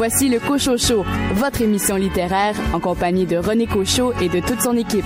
Voici le Cochot Show, votre émission littéraire en compagnie de René Cochot et de toute son équipe.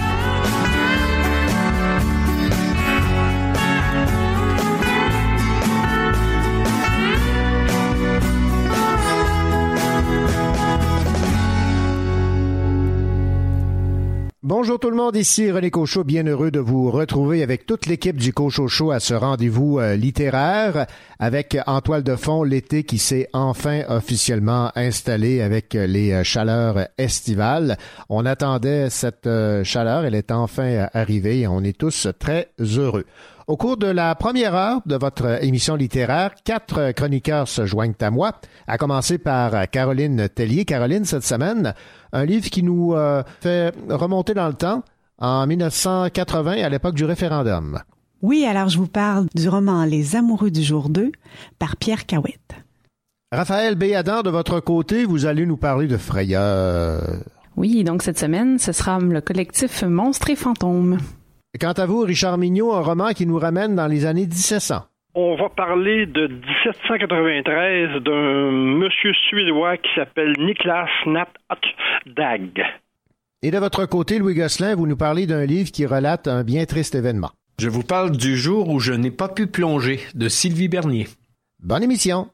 Bonjour tout le monde, ici René Cochot, bien heureux de vous retrouver avec toute l'équipe du Cochot Show à ce rendez-vous littéraire avec en toile de fond l'été qui s'est enfin officiellement installé avec les chaleurs estivales. On attendait cette chaleur, elle est enfin arrivée et on est tous très heureux. Au cours de la première heure de votre émission littéraire, 4 chroniqueurs se joignent à moi, à commencer par Caroline Tellier. Caroline, cette semaine, un livre qui nous fait remonter dans le temps, en 1980, à l'époque du référendum. Oui, alors je vous parle du roman Les Amoureux du jour 2 par Pierre Cahuette. Raphaël Béadan, de votre côté, vous allez nous parler de frayeur. Oui, donc cette semaine, ce sera le collectif Monstres et Fantômes. Quant à vous, Richard Mignot, un roman qui nous ramène dans les années 1700. On va parler de 1793 d'un monsieur suédois qui s'appelle Niklas Natt-Dag. Et de votre côté, Louis Gosselin, vous nous parlez d'un livre qui relate un bien triste événement. Je vous parle du jour où je n'ai pas pu plonger, de Sylvie Bernier. Bonne émission.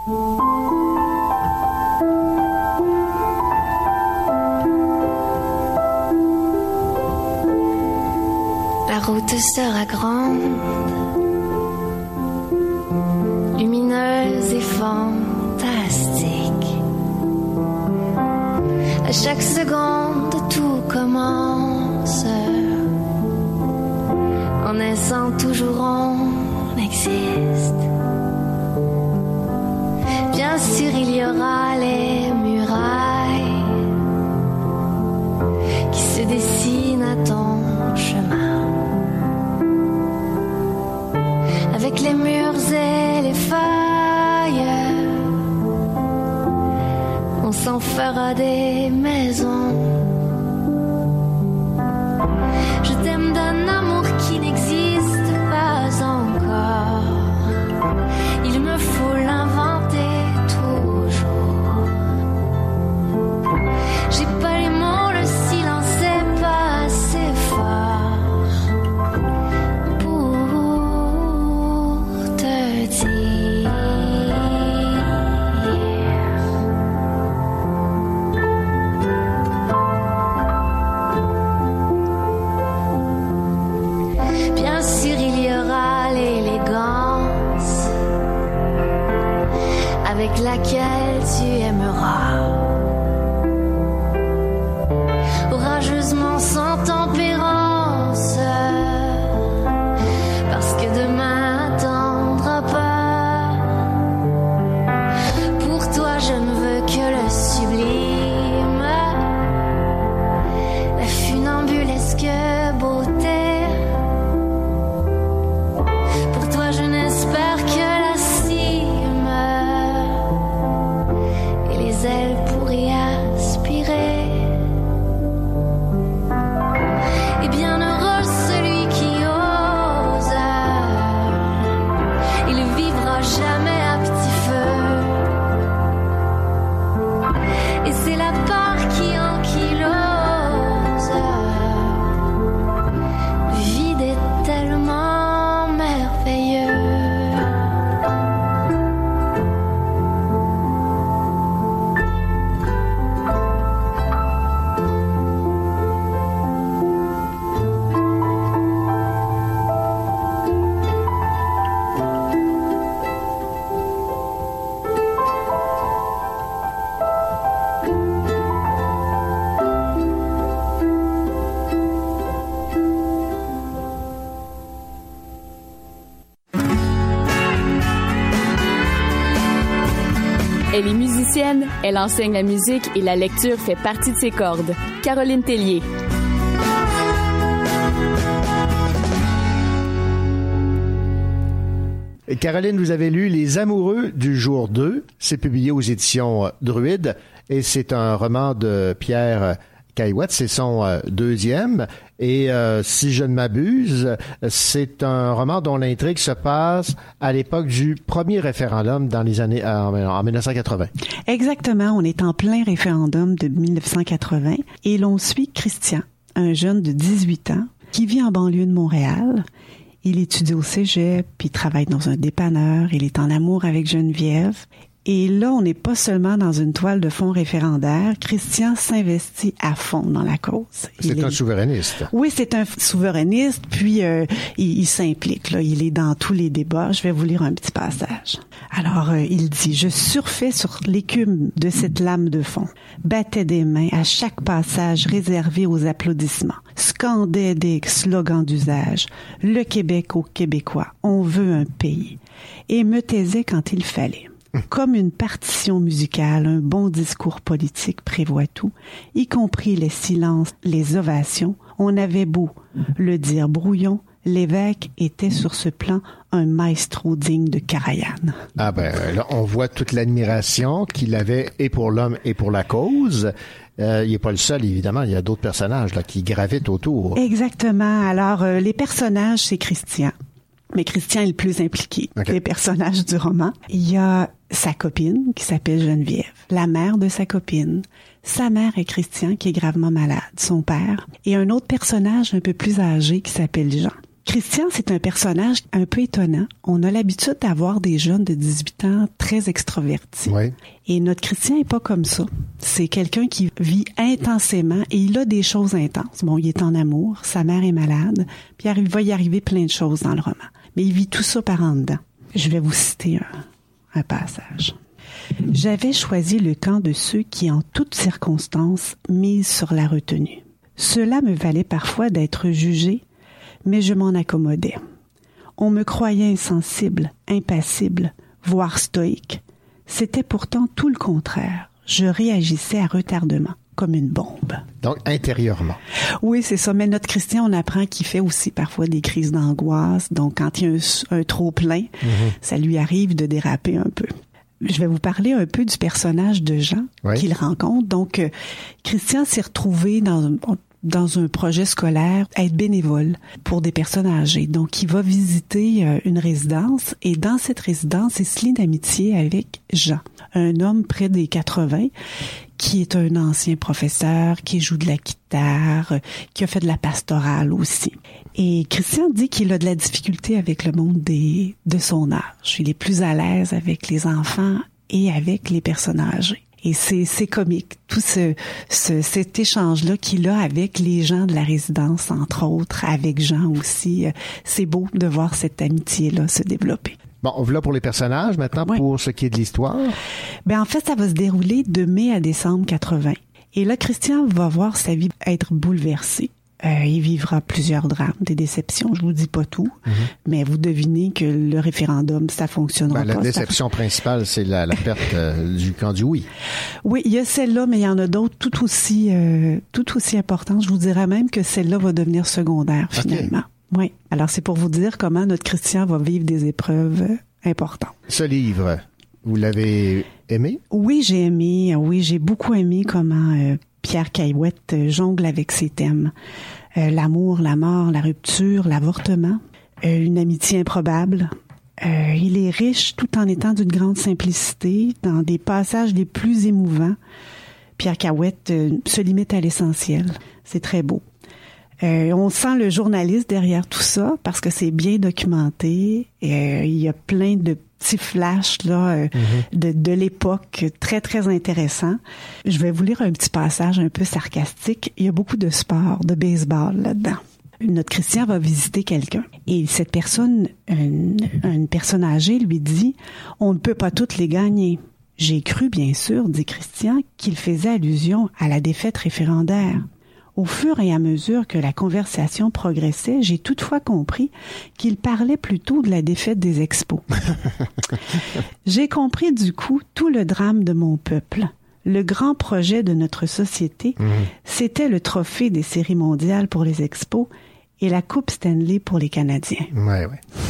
La route sera grande, lumineuse et fantastique. À chaque seconde, tout commence. En naissant, toujours on existe. Bien sûr, il y aura les murailles qui se dessinent à ton chemin. Avec les murs et les feuilles, on s'en fera des maisons. Je t'aime d'un amour qui n'existe pas encore. Il me faut l'inventer toujours. J'ai pas les mots, le silence est pas assez fort pour te dire. Bien sûr, il y aura l'élégance avec laquelle tu aimeras. Orageusement sans tempérance, parce que demain n'attendra pas. Pour toi, je ne veux que le sublime, la funambulesque beauté. Pour toi, je n'espère que la cime et les ailes pour y aspirer. Et bien heureux celui qui ose, il vivra jamais à petit feu. Et c'est la part qui ankylose. Le vide est tellement merveilleux. Elle est musicienne, elle enseigne la musique et la lecture fait partie de ses cordes. Caroline Tellier. Caroline, vous avez lu Les Amoureux du jour 2. C'est publié aux éditions Druide et c'est un roman de Pierre Caillouette. C'est son deuxième. Et si je ne m'abuse, c'est un roman dont l'intrigue se passe à l'époque du premier référendum dans les années en 1980. Exactement, on est en plein référendum de 1980 et l'on suit Christian, un jeune de 18 ans qui vit en banlieue de Montréal. Il étudie au cégep, puis travaille dans un dépanneur, il est en amour avec Geneviève. Et là, on n'est pas seulement dans une toile de fond référendaire. Christian s'investit à fond dans la cause. C'est un souverainiste. Oui, c'est un souverainiste, puis il s'implique. Là, il est dans tous les débats. Je vais vous lire un petit passage. Alors, il dit « Je surfais sur l'écume de cette lame de fond, battais des mains à chaque passage réservé aux applaudissements, scandais des slogans d'usage, le Québec aux Québécois, on veut un pays, et me taisais quand il fallait. » Comme une partition musicale, un bon discours politique prévoit tout, y compris les silences, les ovations. On avait beau le dire brouillon, l'évêque était sur ce plan un maestro digne de Karajan. Ah ben là, on voit toute l'admiration qu'il avait et pour l'homme et pour la cause. Il n'est pas le seul, évidemment. Il y a d'autres personnages là qui gravitent autour. Exactement. Alors, les personnages, c'est Christian. Mais Christian est le plus impliqué des personnages du roman. Il y a sa copine qui s'appelle Geneviève, la mère de sa copine. Sa mère est Christian qui est gravement malade, son père. Et un autre personnage un peu plus âgé qui s'appelle Jean. Christian, c'est un personnage un peu étonnant. On a l'habitude d'avoir des jeunes de 18 ans très extrovertis. Oui. Et notre Christian est pas comme ça. C'est quelqu'un qui vit intensément et il a des choses intenses. Bon, il est en amour, sa mère est malade, puis il va y arriver plein de choses dans le roman. Mais il vit tout ça par en dedans. Je vais vous citer un passage. « J'avais choisi le camp de ceux qui, en toutes circonstances, misent sur la retenue. Cela me valait parfois d'être jugé, mais je m'en accommodais. On me croyait insensible, impassible, voire stoïque. C'était pourtant tout le contraire. Je réagissais à retardement, comme une bombe. » Donc, intérieurement. Oui, c'est ça. Mais notre Christian, on apprend qu'il fait aussi parfois des crises d'angoisse. Donc, quand il y a un trop-plein, ça lui arrive de déraper un peu. Je vais vous parler un peu du personnage de Jean qu'il rencontre. Donc, Christian s'est retrouvé dans un projet scolaire, être bénévole pour des personnes âgées. Donc, il va visiter une résidence et dans cette résidence, il se lie d'amitié avec Jean, un homme près des 80 qui est un ancien professeur, qui joue de la guitare, qui a fait de la pastorale aussi. Et Christian dit qu'il a de la difficulté avec le monde de son âge. Il est plus à l'aise avec les enfants et avec les personnes âgées. Et c'est comique, tout cet échange-là qu'il a avec les gens de la résidence, entre autres, avec Jean aussi. C'est beau de voir cette amitié-là se développer. Bon, voilà pour les personnages. Maintenant, pour ce qui est de l'histoire. Ben en fait, ça va se dérouler de mai à décembre 80. Et là, Christian va voir sa vie être bouleversée. Il vivra plusieurs drames, des déceptions. Je vous dis pas tout, mais vous devinez que le référendum, ça fonctionnera pas. La déception principale, c'est la perte du camp du oui. Oui, il y a celle-là, mais il y en a d'autres tout aussi importantes. Je vous dirais même que celle-là va devenir secondaire, finalement. Oui. Alors, c'est pour vous dire comment notre Christian va vivre des épreuves importantes. Ce livre, vous l'avez aimé? Oui, j'ai aimé. Oui, j'ai beaucoup aimé comment Pierre Caillouette jongle avec ses thèmes. L'amour, la mort, la rupture, l'avortement, une amitié improbable. Il est riche tout en étant d'une grande simplicité, dans des passages les plus émouvants. Pierre Caillouette se limite à l'essentiel. C'est très beau. On sent le journaliste derrière tout ça parce que c'est bien documenté. Il y a plein de petits flashs là de l'époque très très intéressants. Je vais vous lire un petit passage un peu sarcastique. Il y a beaucoup de sport, de baseball là-dedans. Notre Christian va visiter quelqu'un et cette personne, une personne âgée, lui dit « On ne peut pas toutes les gagner. » J'ai cru, bien sûr, dit Christian, qu'il faisait allusion à la défaite référendaire. Au fur et à mesure que la conversation progressait, j'ai toutefois compris qu'il parlait plutôt de la défaite des expos. J'ai compris du coup tout le drame de mon peuple. Le grand projet de notre société, c'était le trophée des séries mondiales pour les expos et la Coupe Stanley pour les Canadiens. Oui.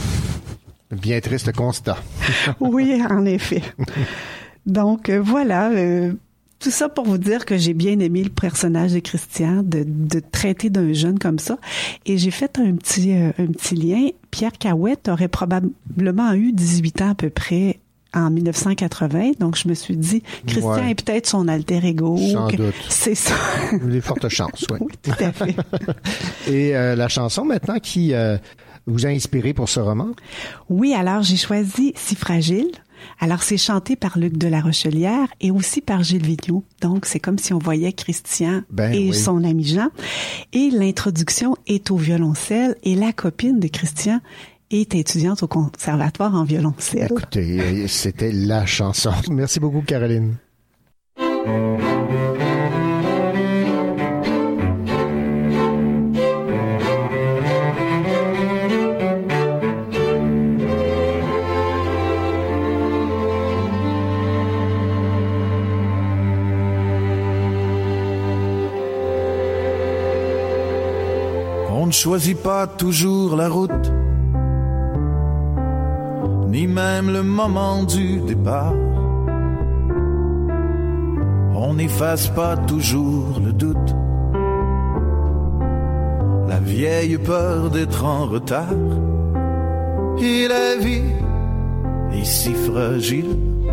Bien triste constat. Oui, en effet. Donc, voilà... Tout ça pour vous dire que j'ai bien aimé le personnage de Christian, de traiter d'un jeune comme ça. Et j'ai fait un petit lien. Pierre Cahuette aurait probablement eu 18 ans à peu près en 1980. Donc, je me suis dit, Christian est peut-être son alter ego. Sans doute. C'est ça. Des fortes chances, oui. Oui, tout à fait. Et la chanson maintenant qui vous a inspiré pour ce roman? Oui, alors j'ai choisi Si fragile. Alors, c'est chanté par Luc de la Rochelière et aussi par Gilles Vigneault. Donc, c'est comme si on voyait Christian son ami Jean. Et l'introduction est au violoncelle et la copine de Christian est étudiante au conservatoire en violoncelle. Écoutez, c'était la chanson. Merci beaucoup, Caroline. On ne choisit pas toujours la route, ni même le moment du départ. On n'efface pas toujours le doute, la vieille peur d'être en retard. Et la vie est si fragile.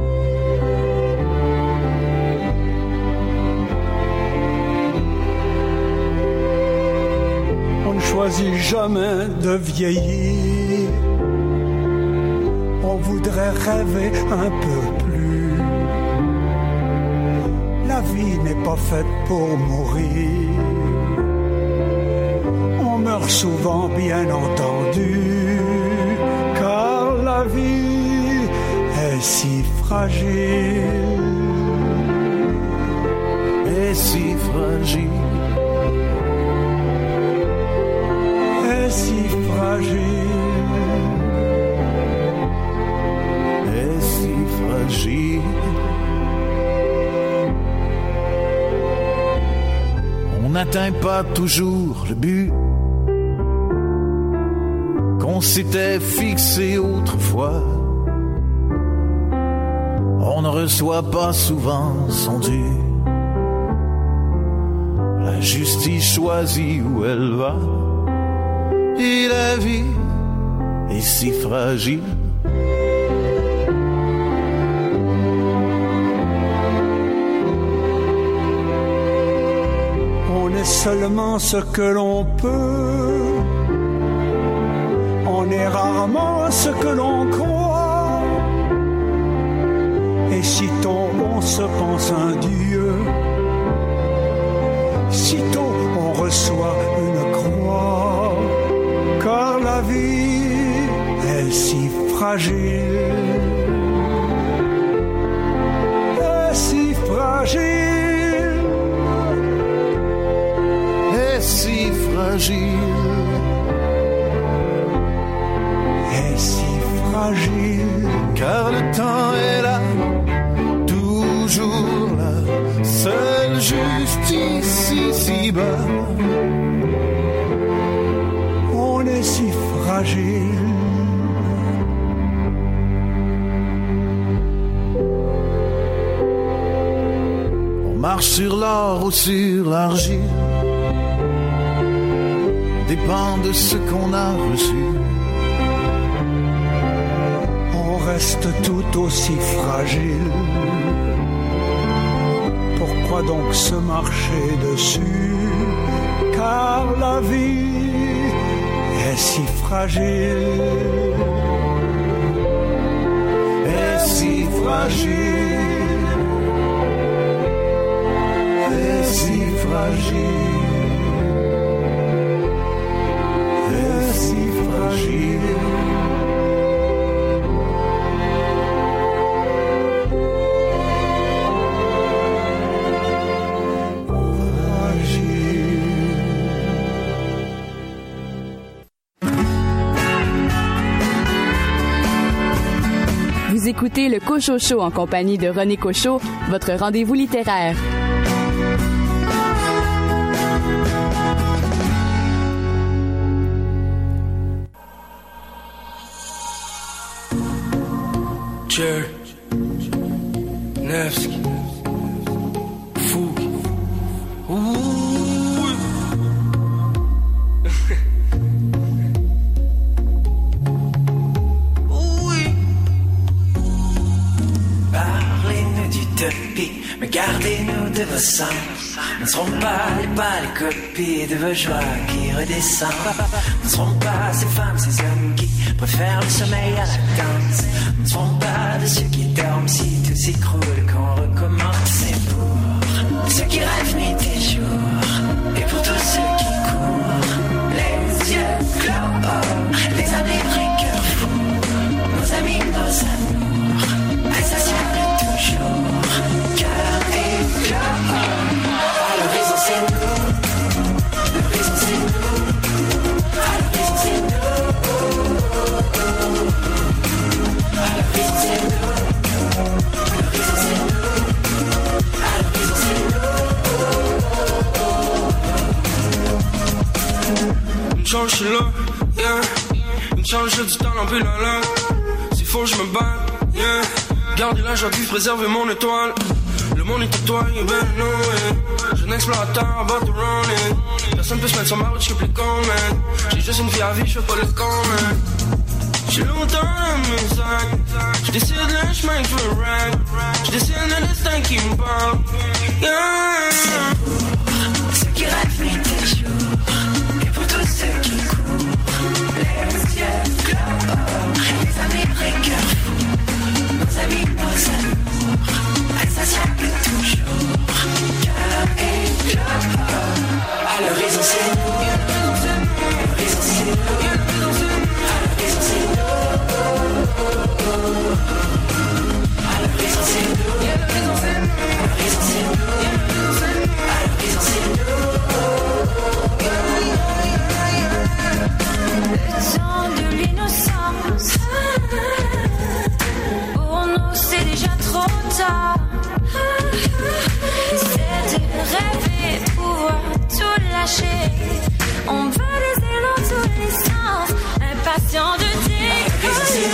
On ne choisit jamais de vieillir. On voudrait rêver un peu plus. La vie n'est pas faite pour mourir. On meurt souvent, bien entendu, car la vie est si fragile. Est si fragile. Est si fragile. Est si fragile. On n'atteint pas toujours le but qu'on s'était fixé autrefois. On ne reçoit pas souvent son dû. La justice choisit où elle va. Et la vie est si fragile. On est seulement ce que l'on peut. On est rarement ce que l'on croit. Et sitôt on se pense un Dieu, sitôt on reçoit une croix. Car la vie est si fragile. Est si fragile. Est si fragile. Est si fragile. Car le temps est là, toujours là, seule justice ici-bas. On est si fragile. On marche sur l'or ou sur l'argile, dépend de ce qu'on a reçu. On reste tout aussi fragile. Pourquoi donc se marcher dessus? Car la vie est si fragile. Est si fragile. Est si fragile. Est si fragile. Vous écoutez le Cochocho en compagnie de René Cochot, votre rendez-vous littéraire. Nevsky. innocents ne seront pas les copies de vos joies qui redescendent. Ne seront pas ces femmes, ces hommes qui préfèrent le sommeil à la danse. Ne seront pas de ceux qui dorment si tout s'écroule qu'on recommence. C'est pour ceux qui rêvent nuit et jour, et pour tous ceux qui courent les yeux clos, les amis vrais cœurs fous, nos amis, nos amours, insatiables toujours, cœur et clos. À l'horizon c'est nous, l'horizon c'est nous, à l'horizon c'est nous, à l'horizon c'est nous, l'horizon c'est nous, à l'horizon c'est nous. Une chance je suis là, yeah. Une chance j'ai du talent puis la langue. S'il faut je me bats, yeah. Gardez la joie de vivre, préserver mon étoile. Le monde est à toi, you better know it. Jeune explorateur, about to run it. Personne peut se mettre sur ma route, je suis plus con, man. J'ai juste une vie à vivre, je fais pas le con, man. J'ai longtemps dans mes sacs. J'décide le chemin que je veux rap. J'décide le destin qui me parle, yeah. Ceux qui rêvent nuit et jour, et pour tous ceux qui courent les yeux clos, les amis vrais cœurs fous, nos amis, nos amours, insatiables toujours, cœur et clos. À l'horizon c'est nous, l'horizon c'est nous, à l'horizon c'est nous, à l'horizon c'est nous, l'horizon c'est nous, à l'horizon c'est nous. Le temps de l'innocence, pour nous c'est déjà trop tard. C'est de rêver, pouvoir tout lâcher. On veut des élans tous les sens, impatient de décoller.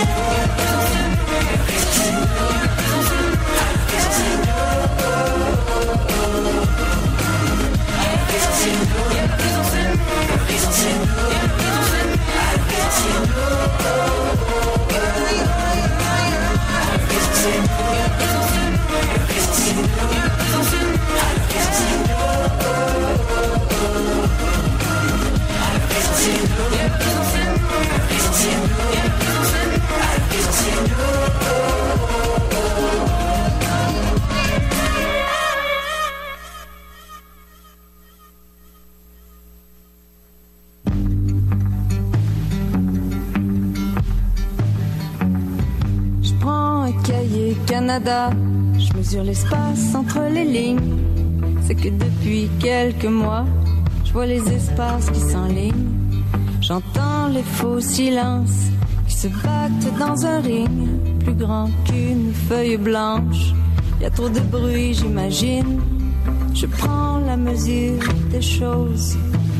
Je prends un cahier Canada, je mesure l'espace entre les lignes. C'est que depuis quelques mois, je vois les espaces qui s'enlignent. J'entends les faux silences qui se battent dans un ring, plus grand qu'une feuille blanche. Y a trop de bruit, j'imagine. Je prends la mesure des choses.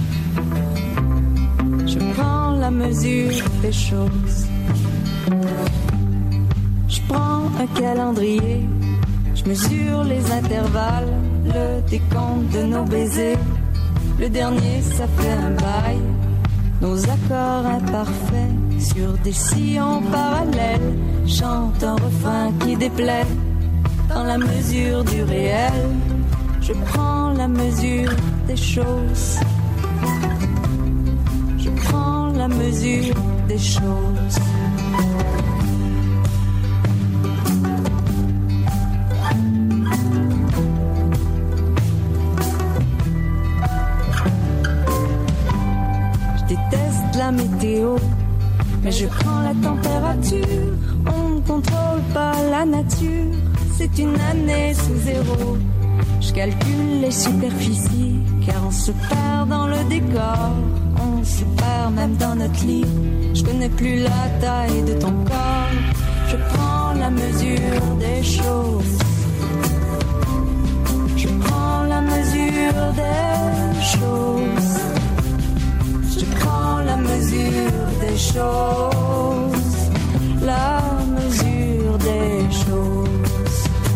Je prends la mesure des choses. Je prends un calendrier, je mesure les intervalles, le décompte de nos baisers. Le dernier, ça fait un bail. Nos accords imparfaits sur des sillons parallèles chantent un refrain qui déplaît. Dans la mesure du réel, je prends la mesure des choses. Je prends la mesure des choses. Je déteste la météo, mais je prends la température. On ne contrôle pas la nature, c'est une année sous zéro. Je calcule les superficies, car on se perd dans le décor. On se perd même dans notre lit. Je connais plus la taille de ton corps. Je prends la mesure des choses. Je prends la mesure des choses. Je prends la mesure des choses. La mesure des choses.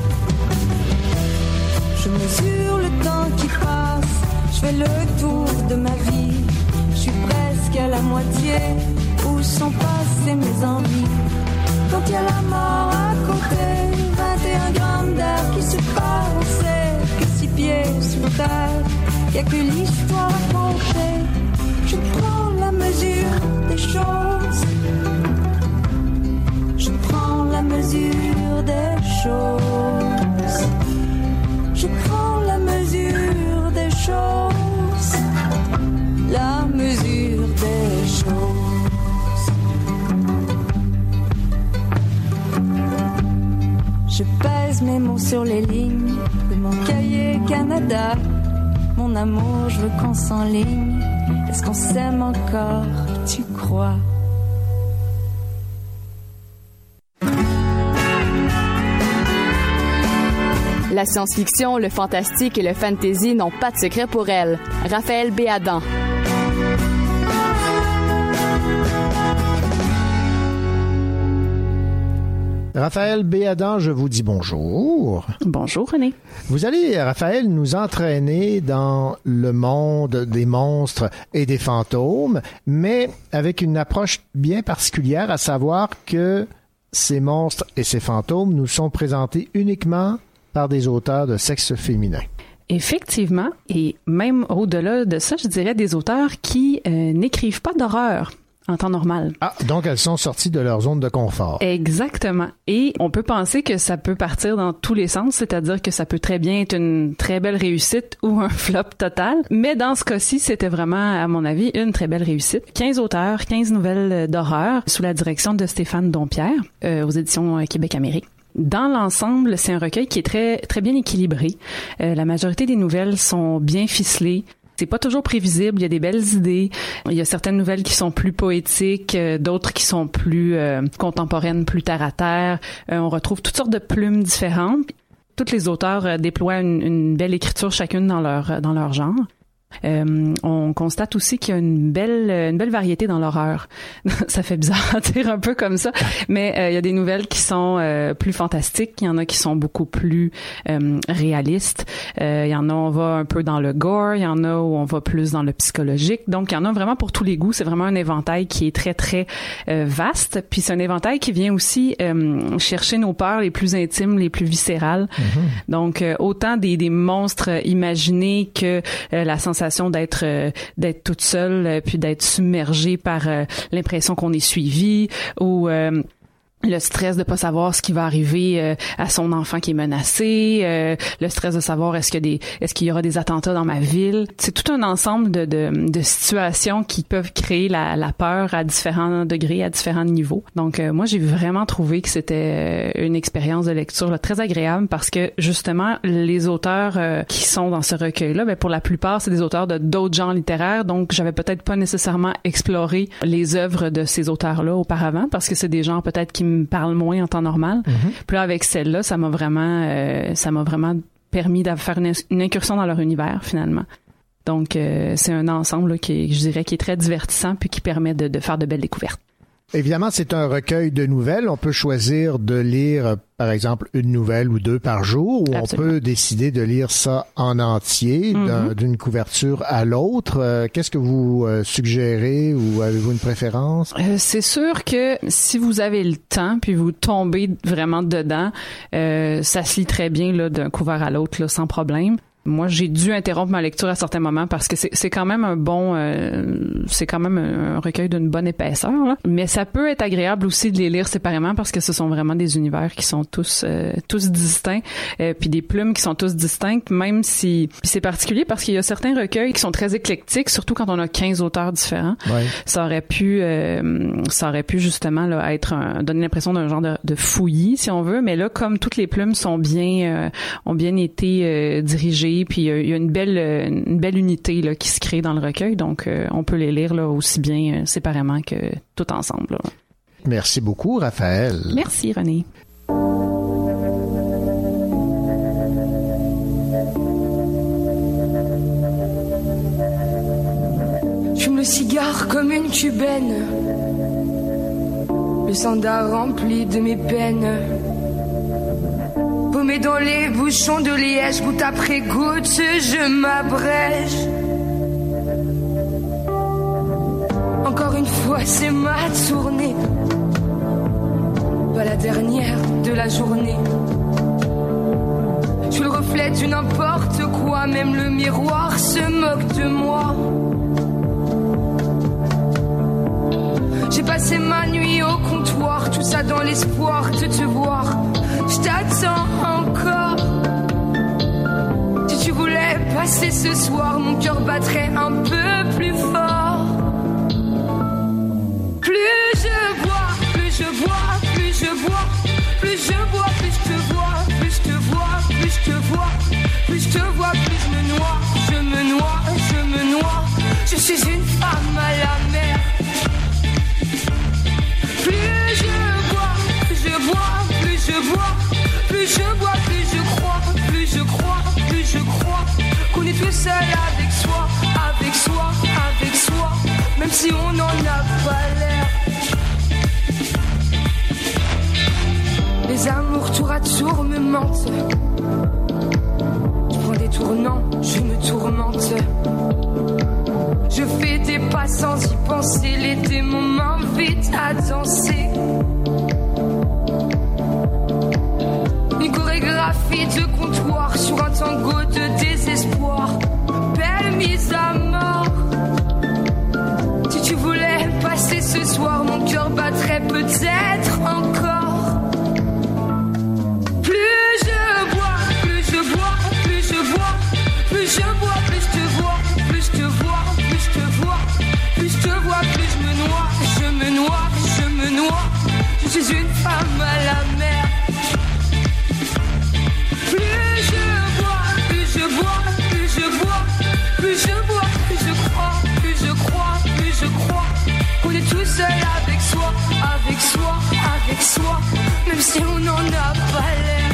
Je mesure le temps qui passe. Je fais le tour de ma vie. Je suis presque à la moitié. Où sont passées mes envies? Quand il y a la mort à côté, 21 grammes d'air qui se passe, que 6 pieds sous terre, y a que l'histoire à compter. Je prends la mesure des choses. Je prends la mesure des choses. Je prends la mesure des choses. La mesure des choses. Je pèse mes mots sur les lignes de mon cahier Canada. Mon amour, je veux qu'on s'enligne. Est-ce qu'on s'aime encore, tu crois? La science-fiction, le fantastique et le fantasy n'ont pas de secret pour elle. Raphaël Béadan. Raphaël Béadan, je vous dis bonjour. Bonjour René. Vous allez, Raphaël, nous entraîner dans le monde des monstres et des fantômes, mais avec une approche bien particulière, à savoir que ces monstres et ces fantômes nous sont présentés uniquement par des auteurs de sexe féminin. Effectivement, et même au-delà de ça, je dirais des auteurs qui n'écrivent pas d'horreur en temps normal. Ah, donc elles sont sorties de leur zone de confort. Exactement. Et on peut penser que ça peut partir dans tous les sens, c'est-à-dire que ça peut très bien être une très belle réussite ou un flop total. Mais dans ce cas-ci, c'était vraiment, à mon avis, une très belle réussite. 15 auteurs, 15 nouvelles d'horreur sous la direction de Stéphane Dompierre aux éditions Québec-Amérique. Dans l'ensemble, c'est un recueil qui est très, très bien équilibré. La majorité des nouvelles sont bien ficelées. C'est pas toujours prévisible, il y a des belles idées. Il y a certaines nouvelles qui sont plus poétiques, d'autres qui sont plus contemporaines, plus terre à terre. On retrouve toutes sortes de plumes différentes. Tous les auteurs déploient une belle écriture chacune dans leur genre. On constate aussi qu'il y a une belle variété dans l'horreur. Ça fait bizarre à dire un peu comme ça, mais il y a des nouvelles qui sont plus fantastiques, il y en a qui sont beaucoup plus réalistes. Il y en a on va un peu dans le gore, il y en a où on va plus dans le psychologique. Donc il y en a vraiment pour tous les goûts. C'est vraiment un éventail qui est très très vaste. Puis c'est un éventail qui vient aussi chercher nos peurs les plus intimes, les plus viscérales. Mm-hmm. Donc autant des monstres imaginés que la sensation d'être toute seule puis d'être submergée par l'impression qu'on est suivi ou le stress de pas savoir ce qui va arriver à son enfant qui est menacé, le stress de savoir est-ce qu'il y aura des attentats dans ma ville. C'est tout un ensemble de situations qui peuvent créer la peur à différents degrés, à différents niveaux. Donc moi j'ai vraiment trouvé que c'était une expérience de lecture là, très agréable parce que justement les auteurs qui sont dans ce recueil-là, ben pour la plupart c'est des auteurs de d'autres genres littéraires, donc j'avais peut-être pas nécessairement exploré les œuvres de ces auteurs-là auparavant parce que c'est des genres peut-être qui me parlent moins en temps normal. Mm-hmm. Puis là, avec celle-là, ça m'a vraiment permis de faire une incursion dans leur univers, finalement. Donc, c'est un ensemble là, je dirais, qui est très divertissant puis qui permet de faire de belles découvertes. Évidemment, c'est un recueil de nouvelles. On peut choisir de lire, par exemple, une nouvelle ou deux par jour, ou Absolument. On peut décider de lire ça en entier, d'une couverture à l'autre. Qu'est-ce que vous suggérez ou avez-vous une préférence? C'est sûr que si vous avez le temps, puis vous tombez vraiment dedans, ça se lit très bien là, d'un couvert à l'autre, là, sans problème. Moi, j'ai dû interrompre ma lecture à certains moments parce que c'est quand même un recueil d'une bonne épaisseur, là. Mais ça peut être agréable aussi de les lire séparément parce que ce sont vraiment des univers qui sont tous distincts, puis des plumes qui sont tous distinctes, même si c'est particulier parce qu'il y a certains recueils qui sont très éclectiques, surtout quand on a 15 auteurs différents. Ouais. Ça aurait pu justement là donner l'impression d'un genre de fouillis, si on veut, mais là, comme toutes les plumes ont bien été dirigées, puis il y a une belle unité là, qui se crée dans le recueil, donc on peut les lire là, aussi bien séparément que tout ensemble. Là. Merci beaucoup, Raphaël. Merci, René. Je fume le cigare comme une cubaine, le sandar rempli de mes peines. Paumé dans les bouchons de liège, goutte après goutte, je m'abrège. Encore une fois, c'est ma tournée, pas la dernière de la journée. Je suis le reflet du n'importe quoi. Même le miroir se moque de moi. J'ai passé ma nuit au comptoir, tout ça dans l'espoir de te voir. Je t'attends encore. Si tu voulais passer ce soir, mon cœur battrait un peu plus fort. Plus je bois, plus je bois, plus je bois, plus je bois, plus je te vois, plus je te vois, plus je te vois, plus je te vois, plus je me noie, je me noie, je me noie. Je suis une femme à la mer. Plus je bois, plus je bois, plus je bois, plus je bois, plus je crois, plus je crois, plus je crois qu'on est tout seul avec soi, avec soi, avec soi, même si on n'en a pas l'air. Les amours tour à tour me mentent. Je prends des tournants, je me tourmente. Je fais des pas sans y penser. Les démons m'invitent à danser. Une chorégraphie de comptoir sur un tango de désespoir. Belle mise à mort. Si tu voulais passer ce soir, mon cœur battrait peut-être encore. Plus je bois, plus je bois, plus je bois, plus je bois, plus je te vois, plus je te vois, plus je te vois, plus je te vois, plus je me noie, je me noie, je me noie. Je suis une femme à la mer. Plus je bois, plus je bois, plus je bois, plus je bois, plus je crois, plus je crois, plus je crois qu'on est tout seul avec soi, avec soi, avec soi, même si on n'en a pas l'air.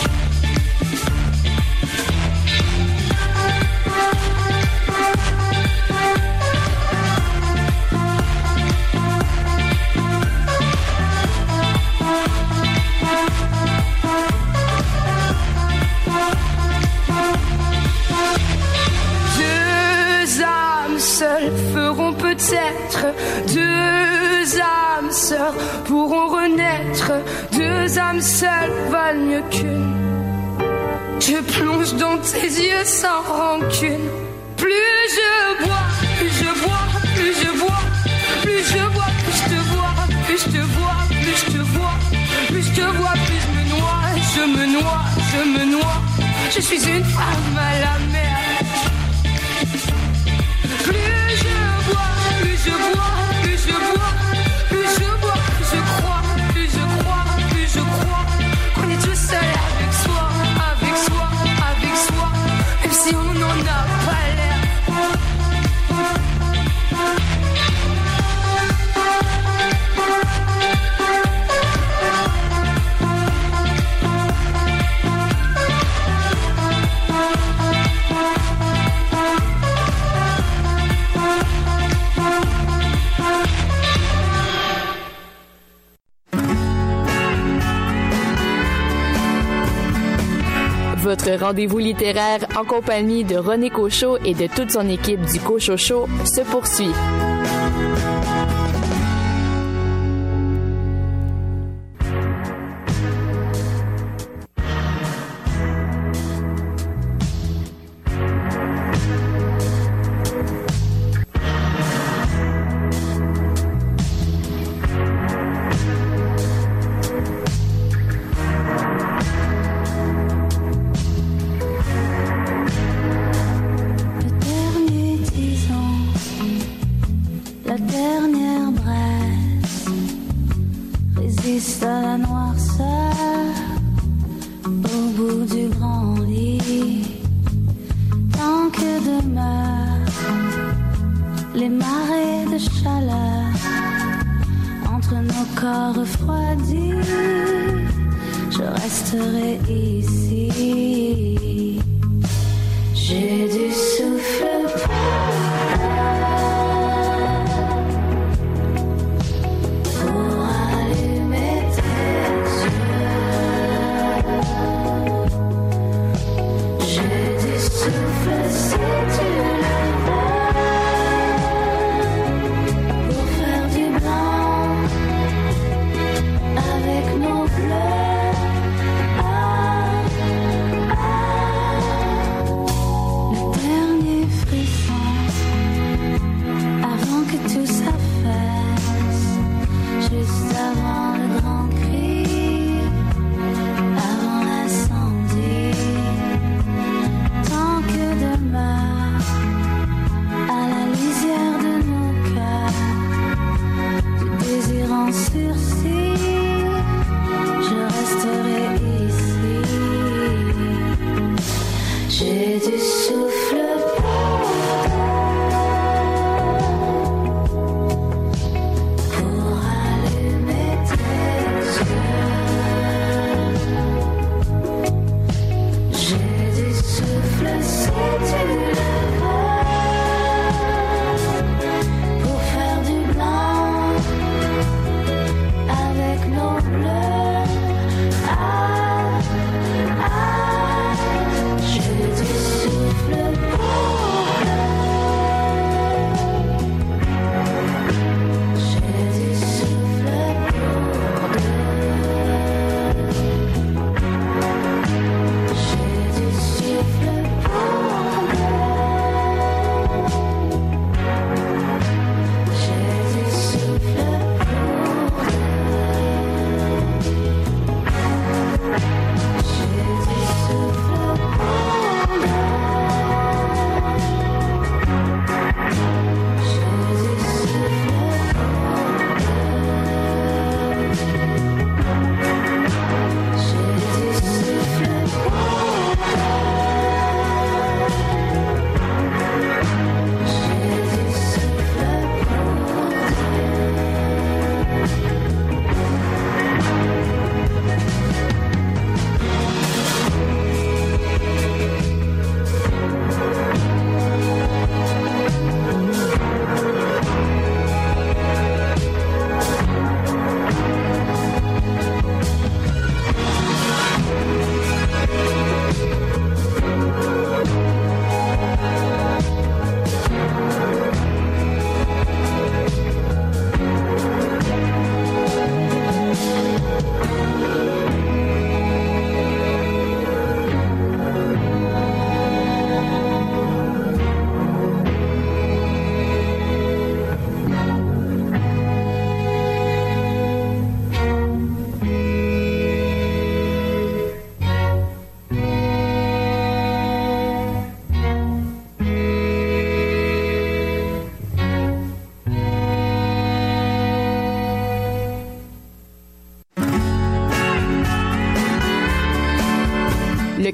Feront peut-être deux âmes sœurs, pourront renaître. Deux âmes seules valent mieux qu'une. Je plonge dans tes yeux sans rancune. Plus je bois, plus je bois, plus je bois, plus je bois, plus je te vois, plus je te vois, plus je te vois, plus je te vois, plus je me noie, je me noie, je me noie. Je suis une femme à la mer. Plus je bois, plus je bois, plus je bois, plus je bois, plus je crois, plus je crois, plus je crois qu'on est tout seul avec soi, avec soi, avec soi, même si on n'en a pas l'air. Votre rendez-vous littéraire en compagnie de René Cochot et de toute son équipe du Cochot Show se poursuit. Avec nos pleurs.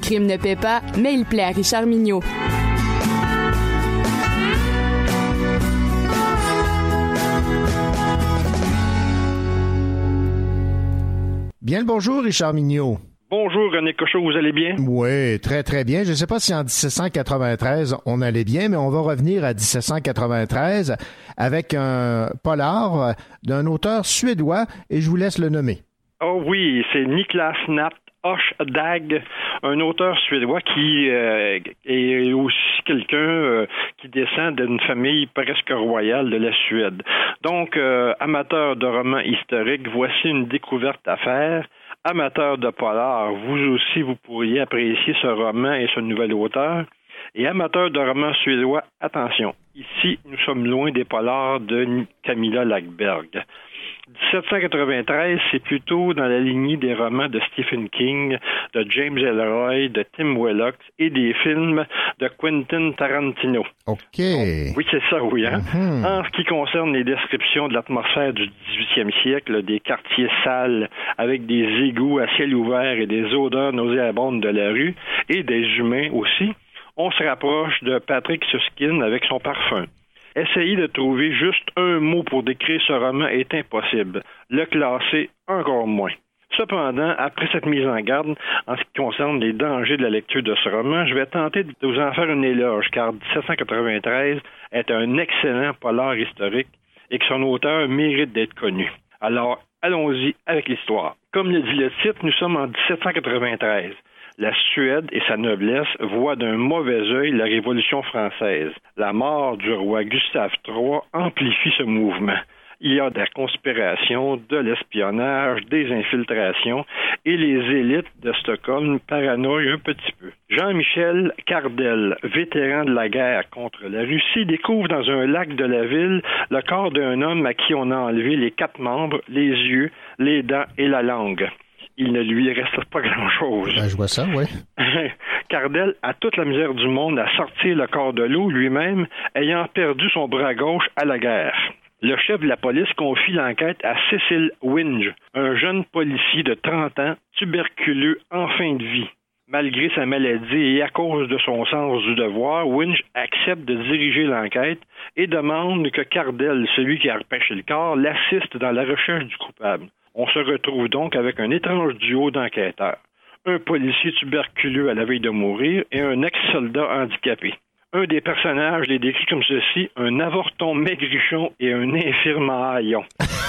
crime ne paie pas, mais il plaît à Richard Mignot. Bien le bonjour, Richard Mignot. Bonjour, René Cochot, vous allez bien? Oui, très, très bien. Je ne sais pas si en 1793, on allait bien, mais on va revenir à 1793 avec un polar d'un auteur suédois, et je vous laisse le nommer. Oh oui, c'est Niklas Natt Dag, un auteur suédois qui est aussi quelqu'un qui descend d'une famille presque royale de la Suède. Donc, amateur de romans historiques, voici une découverte à faire. Amateur de polar, vous aussi, vous pourriez apprécier ce roman et ce nouvel auteur. Et amateur de romans suédois, attention, ici, nous sommes loin des polars de Camilla Läckberg. 1793, c'est plutôt dans la lignée des romans de Stephen King, de James Ellroy, de Tim Willock et des films de Quentin Tarantino. OK. Oui, c'est ça, oui. Hein? Mm-hmm. En ce qui concerne les descriptions de l'atmosphère du 18e siècle, des quartiers sales avec des égouts à ciel ouvert et des odeurs nauséabondes de la rue, et des humains aussi, on se rapproche de Patrick Süskind avec son parfum. Essayer de trouver juste un mot pour décrire ce roman est impossible. Le classer, encore moins. Cependant, après cette mise en garde, en ce qui concerne les dangers de la lecture de ce roman, je vais tenter de vous en faire une éloge, car 1793 est un excellent polar historique et que son auteur mérite d'être connu. Alors, allons-y avec l'histoire. Comme le dit le titre, nous sommes en 1793. La Suède et sa noblesse voient d'un mauvais œil la Révolution française. La mort du roi Gustave III amplifie ce mouvement. Il y a de la conspiration, de l'espionnage, des infiltrations, et les élites de Stockholm paranoïent un petit peu. Jean-Michel Cardel, vétéran de la guerre contre la Russie, découvre dans un lac de la ville le corps d'un homme à qui on a enlevé les 4 membres, les yeux, les dents et la langue. Il ne lui reste pas grand-chose. Ben, je vois ça, oui. Cardel a toute la misère du monde à sortir le corps de l'eau lui-même, ayant perdu son bras gauche à la guerre. Le chef de la police confie l'enquête à Cecil Winge, un jeune policier de 30 ans, tuberculeux en fin de vie. Malgré sa maladie et à cause de son sens du devoir, Winge accepte de diriger l'enquête et demande que Cardel, celui qui a repêché le corps, l'assiste dans la recherche du coupable. On se retrouve donc avec un étrange duo d'enquêteurs. Un policier tuberculeux à la veille de mourir et un ex-soldat handicapé. Un des personnages les décrit comme ceci, un avorton maigrichon et un infirme haillon.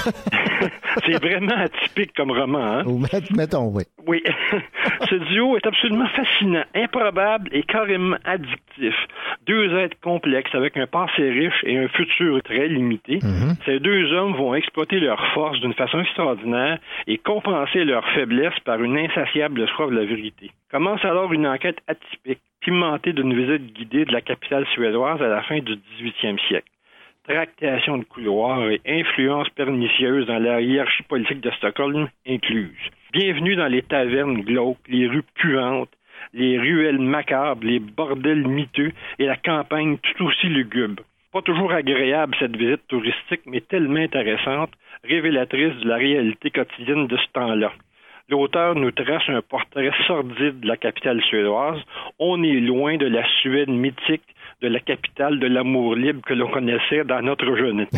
C'est vraiment atypique comme roman, hein? Mettons, oui. Oui. Ce duo est absolument fascinant, improbable et carrément addictif. 2 êtres complexes avec un passé riche et un futur très limité. Mm-hmm. Ces 2 hommes vont exploiter leurs forces d'une façon extraordinaire et compenser leurs faiblesses par une insatiable soif de la vérité. Commence alors une enquête atypique, pimentée d'une visite guidée de la capitale suédoise à la fin du 18e siècle. Tractation de couloirs et influence pernicieuse dans la hiérarchie politique de Stockholm incluses. Bienvenue dans les tavernes glauques, les rues puantes, les ruelles macabres, les bordels miteux et la campagne tout aussi lugubre. Pas toujours agréable cette visite touristique, mais tellement intéressante, révélatrice de la réalité quotidienne de ce temps-là. L'auteur nous trace un portrait sordide de la capitale suédoise. On est loin de la Suède mythique, de la capitale de l'amour libre que l'on connaissait dans notre jeunesse.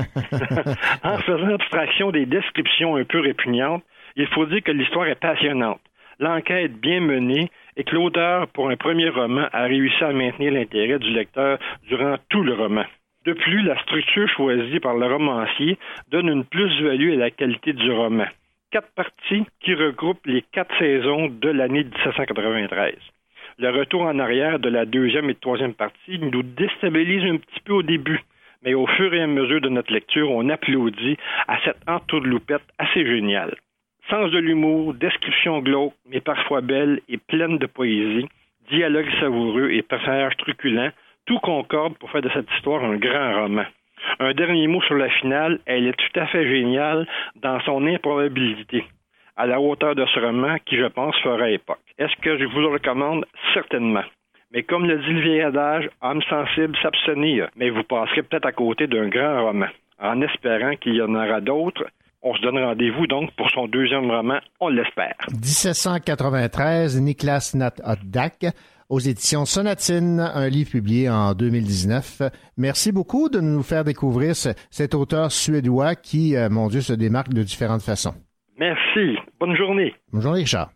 En faisant abstraction des descriptions un peu répugnantes, il faut dire que l'histoire est passionnante. L'enquête bien menée et que l'auteur, pour un premier roman, a réussi à maintenir l'intérêt du lecteur durant tout le roman. De plus, la structure choisie par le romancier donne une plus-value à la qualité du roman. 4 parties qui regroupent les 4 saisons de l'année 1793. Le retour en arrière de la 2e et 3e partie nous déstabilise un petit peu au début, mais au fur et à mesure de notre lecture, on applaudit à cette entourloupette assez géniale. Sens de l'humour, description glauque, mais parfois belle et pleine de poésie, dialogue savoureux et personnages truculents, tout concorde pour faire de cette histoire un grand roman. Un dernier mot sur la finale, elle est tout à fait géniale dans son improbabilité, à la hauteur de ce roman qui, je pense, fera époque. Est-ce que je vous le recommande? Certainement. Mais comme le dit le vieil adage, âme sensible s'abstenir, mais vous passerez peut-être à côté d'un grand roman, en espérant qu'il y en aura d'autres On se donne rendez-vous donc pour son deuxième roman, on l'espère. 1793, Niklas Natt-Oddak, aux éditions Sonatine, un livre publié en 2019. Merci beaucoup de nous faire découvrir cet auteur suédois qui, mon Dieu, se démarque de différentes façons. Merci. Bonne journée. Bonne journée, Richard.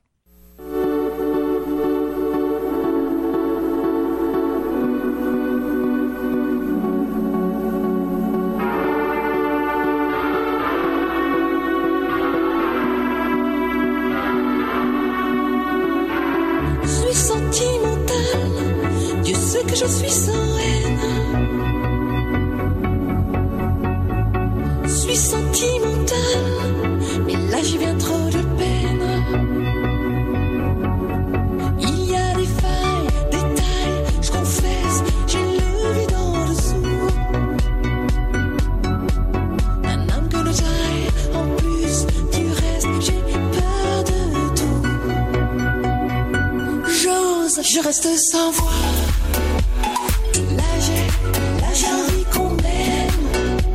Je suis sans haine, je suis sentimentale, mais là j'y viens trop de peine. Il y a des failles, des tailles, je confesse, j'ai le vide en dessous. Un âme que le taille, en plus du reste, j'ai peur de tout. J'ose, je reste sans voix. J'ai envie qu'on m'aime.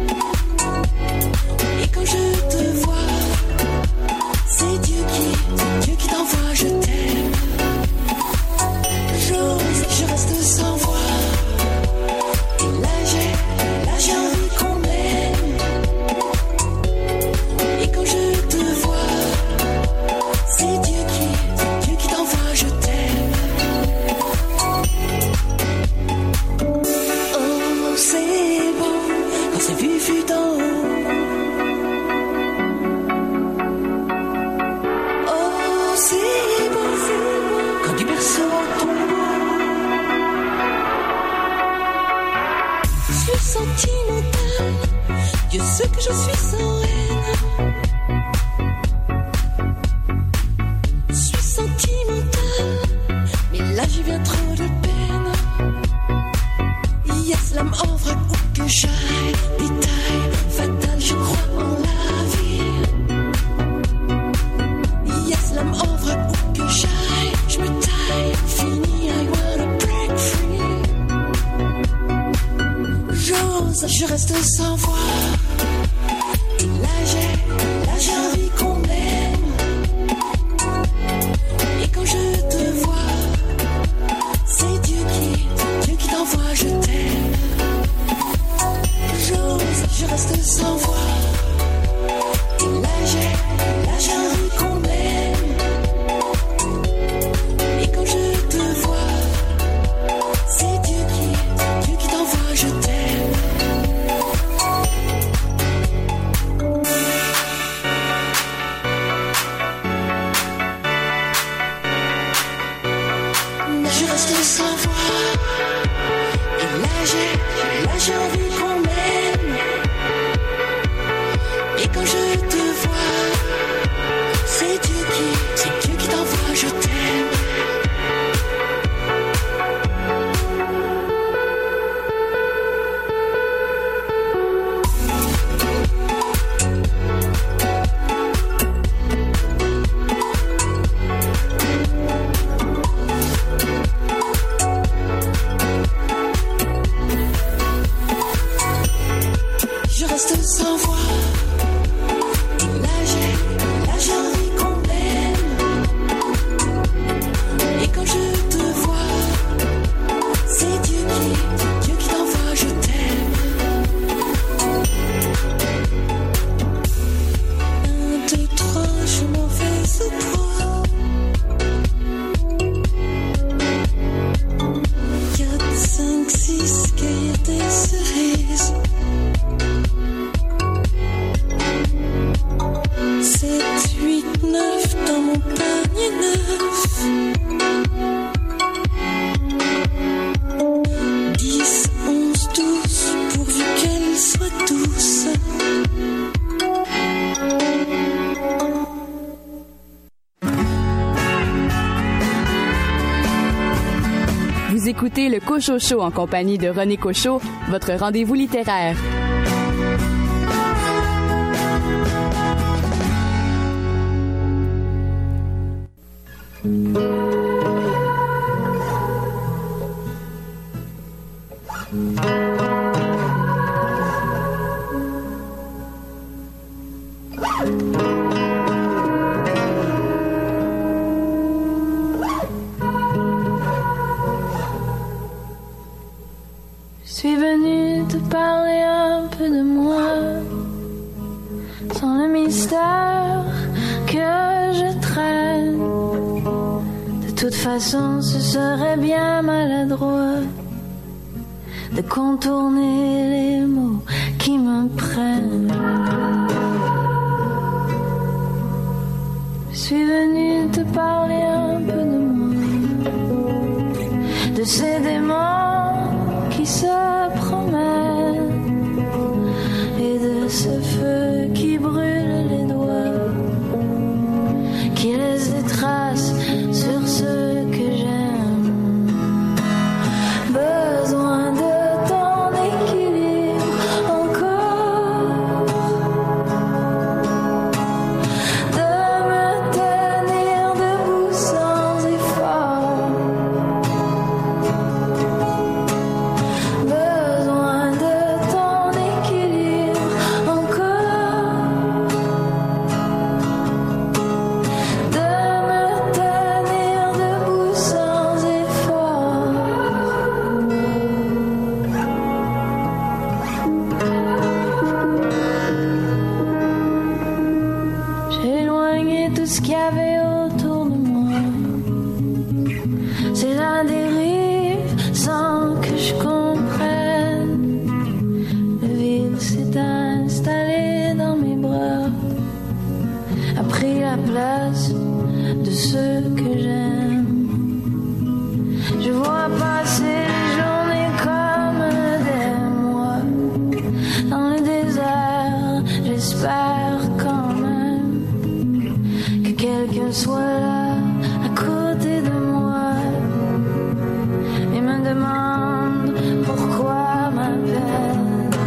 Et quand je te vois, c'est Dieu qui t'envoie, je t'aime. J'ose, je reste sans voix. Et là j'ai envie qu'on m'aime. Et quand je te vois, c'est Dieu qui t'envoie, je t'aime. C'est beau quand c'est vu d'en haut. Oh, c'est beau quand du berceau au tombeau. Je suis sentimentale, Dieu sait que je suis sans haine. Je suis sentimentale, mais là j'y viens trop de peine. Yes, l'âme en vrac où que j'aille, détail fatal, je crois en la vie. Yes, l'âme en vrac où que j'aille, je me taille, fini, I wanna break free. J'ose, je reste sans voix. Et là j'ai envie qu'on m'aime. Et quand je te vois, c'est Dieu qui t'envoie, je t'aime. J'ose, je reste sans voix. Et là j'ai envie qu'on m'aime. Et quand je te vois, c'est Dieu qui t'envoie, je t'aime. Je reste sans voix. Et là j'ai envie qu'on m'aime. Et quand je te vois, c'est Dieu qui t'envoie, je t'aime. Je reste sans voix. Et là j'ai envie qu'on m'aime. Et quand je te vois, c'est Dieu qui t'envoie, je t'aime. 1, 2, 3, je m'en vais sous toi. 4, 5, 6, cueillir des cerises. 7, 8, 9 dans mon panier neuf. 10, 11, 12 pourvu qu'elle soit douce. Vous écoutez le Cochot Show en compagnie de René Cochot, votre rendez-vous littéraire. Je suis venue te parler un peu de moi, sans le mystère que je traîne. De toute façon, ce serait bien maladroit de contourner les mots qui me prennent. Je suis venue te parler un peu de moi, de ces démons qui se promènent et de ce feu qui brûle les doigts, qui laisse des traces sur ceux que j'aime. Besoin de ton équilibre encore, de me tenir debout sans effort. Besoin de ton équilibre encore, de me tenir debout sans effort. J'ai éloigné tout ce qu'il y avait autour de moi. C'est la dérive sans que je comprenne. Le vide s'est installé dans mes bras, a pris la place de ceux que j'aime. Je vois passer les journées comme des mois dans le désert. J'espère quand même que quelqu'un soit là à côté de moi et me demande pourquoi ma peine.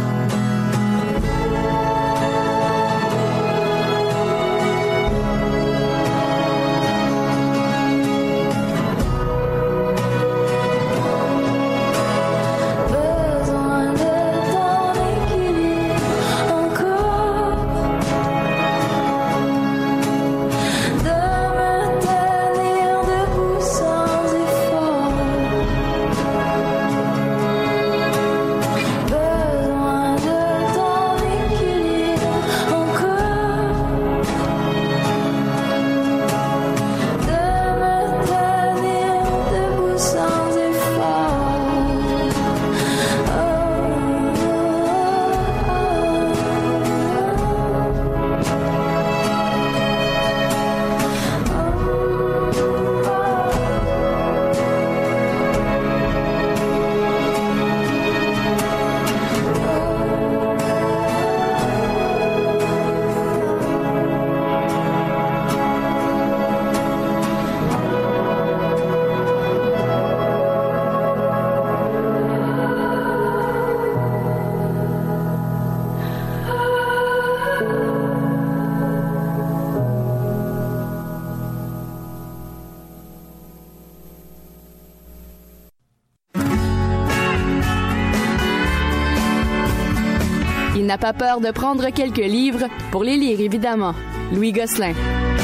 Besoin de ton équilibre encore, de me tenir debout sans effort. Besoin de ton équilibre encore, de me tenir debout sans effort. Il n'a pas peur de prendre quelques livres pour les lire, évidemment. Louis Gosselin.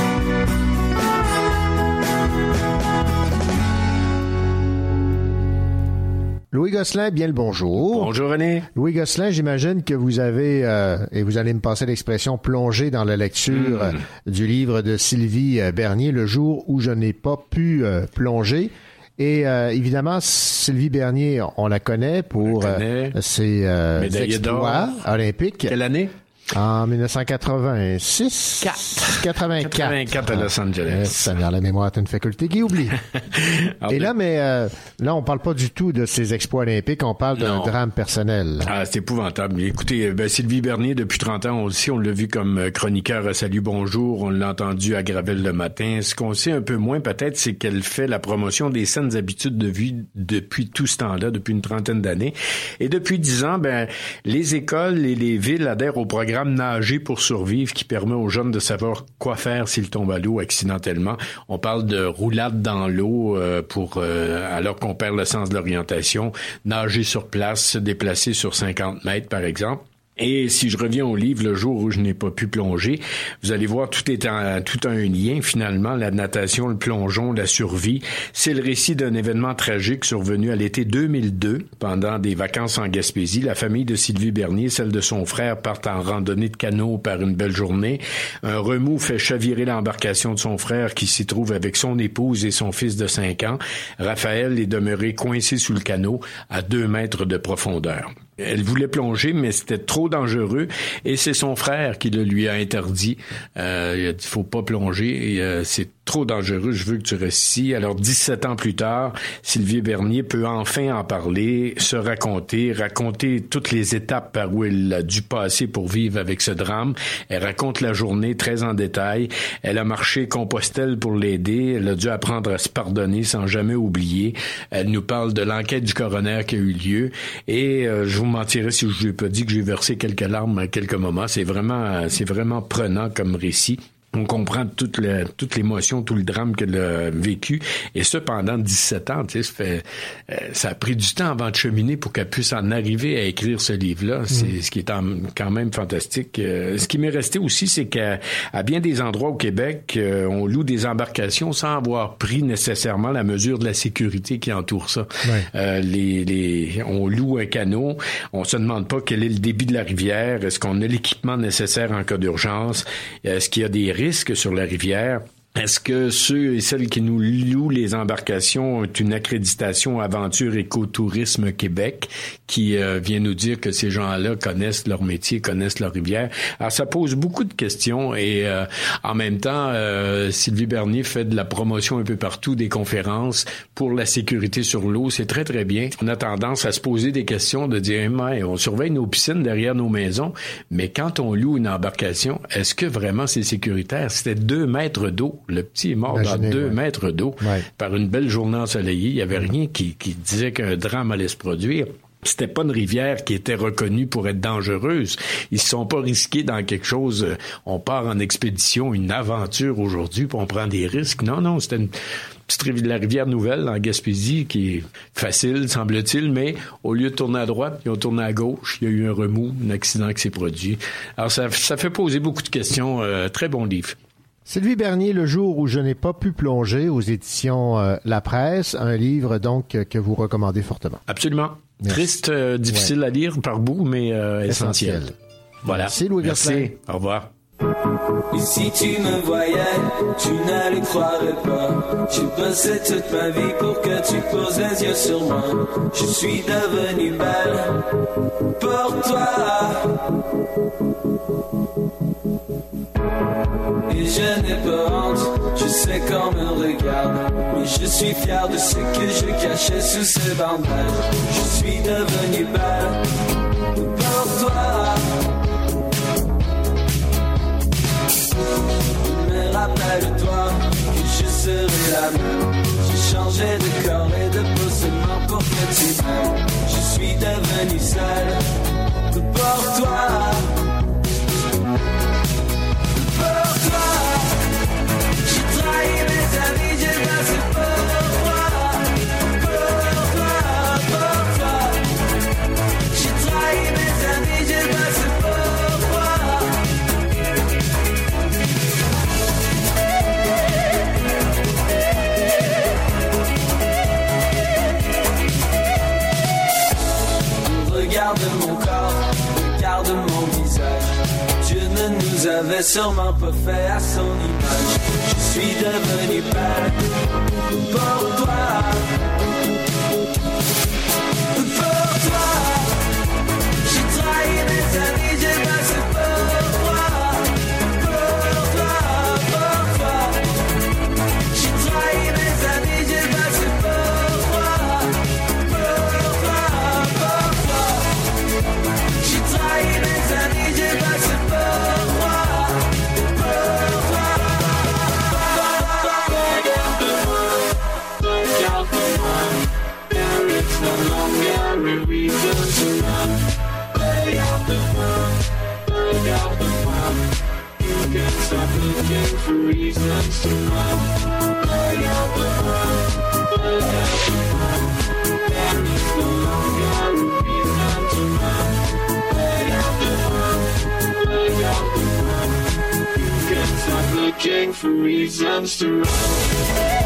Louis Gosselin, bien le bonjour. Bonjour René. Louis Gosselin, j'imagine que vous avez, et vous allez me passer l'expression, plongé dans la lecture du livre de Sylvie Bernier, Le jour où je n'ai pas pu plonger. Et évidemment, Sylvie Bernier, on la connaît pour ses exploits olympiques. Quelle année? En 1986. 84 à Los Angeles. Ça vient à la mémoire, t'as une faculté qui oublie. Et là, là, on parle pas du tout de ses exploits olympiques, on parle d'un drame personnel. Ah, c'est épouvantable. Écoutez, Sylvie Bernier, depuis 30 ans aussi, on l'a vu comme chroniqueur à Salut Bonjour, on l'a entendu à Gravel le matin. Ce qu'on sait un peu moins, peut-être, c'est qu'elle fait la promotion des saines habitudes de vie depuis tout ce temps-là, depuis une trentaine d'années. Et depuis 10 ans, les écoles et les villes adhèrent au programme Nager pour survivre qui permet aux jeunes de savoir quoi faire s'ils tombent à l'eau accidentellement. On parle de roulade dans l'eau alors qu'on perd le sens de l'orientation, nager sur place, se déplacer sur 50 mètres par exemple. Et si je reviens au livre, Le jour où je n'ai pas pu plonger, vous allez voir, tout a un lien finalement, la natation, le plongeon, la survie. C'est le récit d'un événement tragique survenu à l'été 2002, pendant des vacances en Gaspésie. La famille de Sylvie Bernier, celle de son frère, partent en randonnée de canot par une belle journée. Un remous fait chavirer l'embarcation de son frère qui s'y trouve avec son épouse et son fils de 5 ans. Raphaël est demeuré coincé sous le canot à 2 mètres de profondeur. Elle voulait plonger, mais c'était trop dangereux et c'est son frère qui le lui a interdit. Il a dit, faut pas plonger, et, c'est trop dangereux, je veux que tu restes ici. Alors, 17 ans plus tard, Sylvie Bernier peut enfin en parler, se raconter toutes les étapes par où elle a dû passer pour vivre avec ce drame. Elle raconte la journée très en détail. Elle a marché Compostelle pour l'aider. Elle a dû apprendre à se pardonner sans jamais oublier. Elle nous parle de l'enquête du coroner qui a eu lieu. Et je vous mentirais si je vous ai pas dit que j'ai versé quelques larmes à quelques moments. C'est vraiment prenant comme récit. On comprend toute l'émotion, tout le drame qu'elle a vécu. Et ça, pendant 17 ans, tu sais, ça a pris du temps avant de cheminer pour qu'elle puisse en arriver à écrire ce livre-là. C'est ce qui est quand même fantastique. Ce qui m'est resté aussi, c'est qu'à bien des endroits au Québec, on loue des embarcations sans avoir pris nécessairement la mesure de la sécurité qui entoure ça. Ouais. On loue un canot, on se demande pas quel est le débit de la rivière, est-ce qu'on a l'équipement nécessaire en cas d'urgence, est-ce qu'il y a des risques sur la rivière. Est-ce que ceux et celles qui nous louent les embarcations ont une accréditation Aventure Écotourisme Québec qui vient nous dire que ces gens-là connaissent leur métier, connaissent leur rivière? Alors, ça pose beaucoup de questions et en même temps, Sylvie Bernier fait de la promotion un peu partout, des conférences pour la sécurité sur l'eau. C'est très, très bien. On a tendance à se poser des questions, de dire, on surveille nos piscines derrière nos maisons, mais quand on loue une embarcation, est-ce que vraiment c'est sécuritaire? C'était 2 mètres d'eau. Le petit est mort dans 2 mètres d'eau par une belle journée ensoleillée. Il n'y avait rien qui disait qu'un drame allait se produire. C'était pas une rivière qui était reconnue pour être dangereuse. Ils se sont pas risqués dans quelque chose. On part en expédition, une aventure aujourd'hui, puis on prend des risques. Non, c'était la rivière Nouvelle en Gaspésie qui est facile, semble-t-il, mais au lieu de tourner à droite, ils ont tourné à gauche. Il y a eu un remous, un accident qui s'est produit. Alors ça fait poser beaucoup de questions. Très bon livre. Sylvie Bernier, Le jour où je n'ai pas pu plonger, aux éditions La Presse, un livre donc que vous recommandez fortement. Absolument. Merci. Triste, difficile à lire par bout, mais essentiel. Voilà. Merci Louis Gerslin. Merci. Au revoir. Et si tu me voyais, tu ne le croirais pas. J'ai bossé toute ma vie pour que tu poses les yeux sur moi. Je suis devenue belle pour toi. Et je n'ai pas honte, je sais qu'on me regarde, mais je suis fier de ce que je cachais sous ce bandage. Je suis devenue belle pour toi. Mais rappelle-toi que je serai la même. J'ai changé de corps et de peau seulement pour que tu m'aimes. Je suis devenue seule pour toi. Regarde mon corps, regarde mon visage. Dieu ne nous avait sûrement pas fait à son image. Je suis devenu belle pour toi. Pour toi. J'ai trahi mes amis, j'ai passé pour toi. Pour toi, pour toi. J'ai trahi mes amis, j'ai passé pour toi. Pour toi, pour toi. J'ai trahi mes amis, j'ai passé pour toi. Pour toi. Regarde-moi, there is no longer a reason to run. Regarde-moi, regarde-moi. You can stop looking for reasons to run. Regarde-moi, regarde-moi. There is no longer a reason to run. Regarde-moi. looking for reasons to run.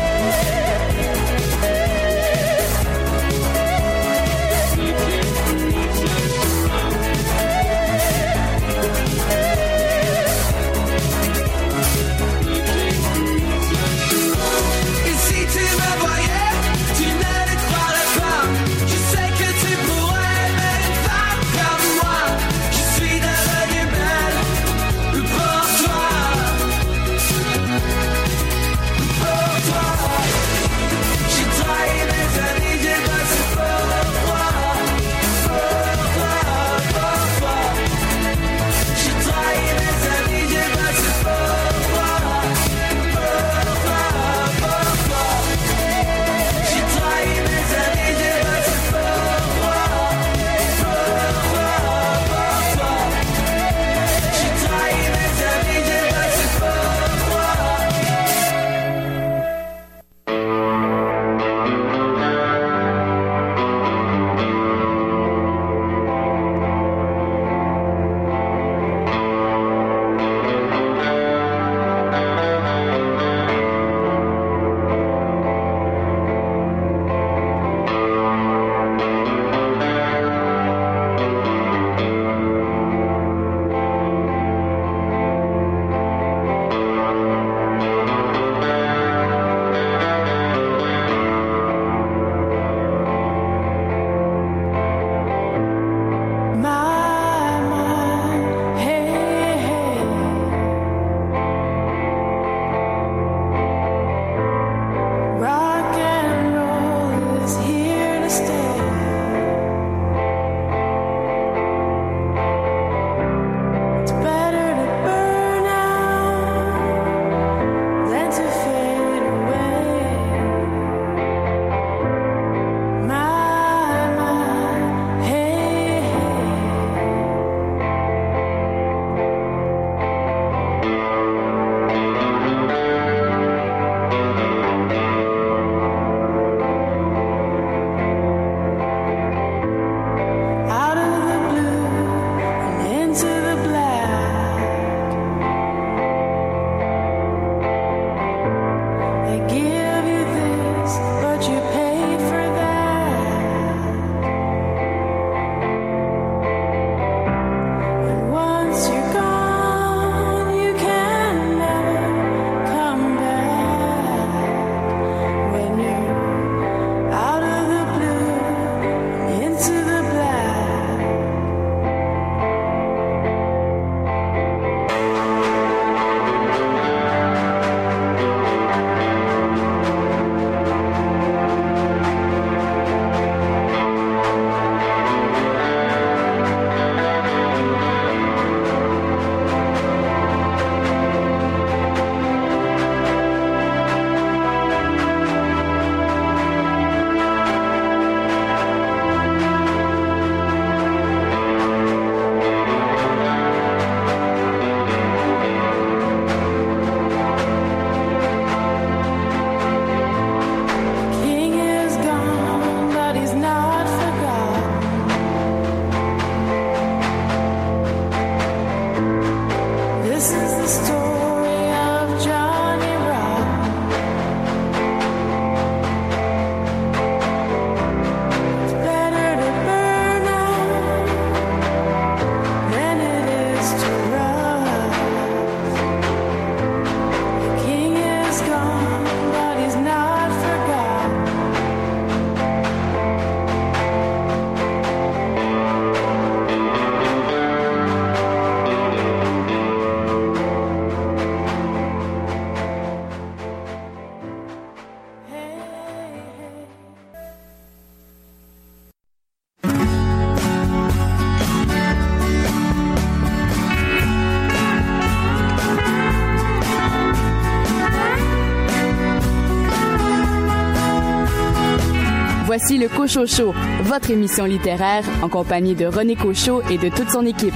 Voici le Cochot Show, votre émission littéraire en compagnie de René Cochot et de toute son équipe.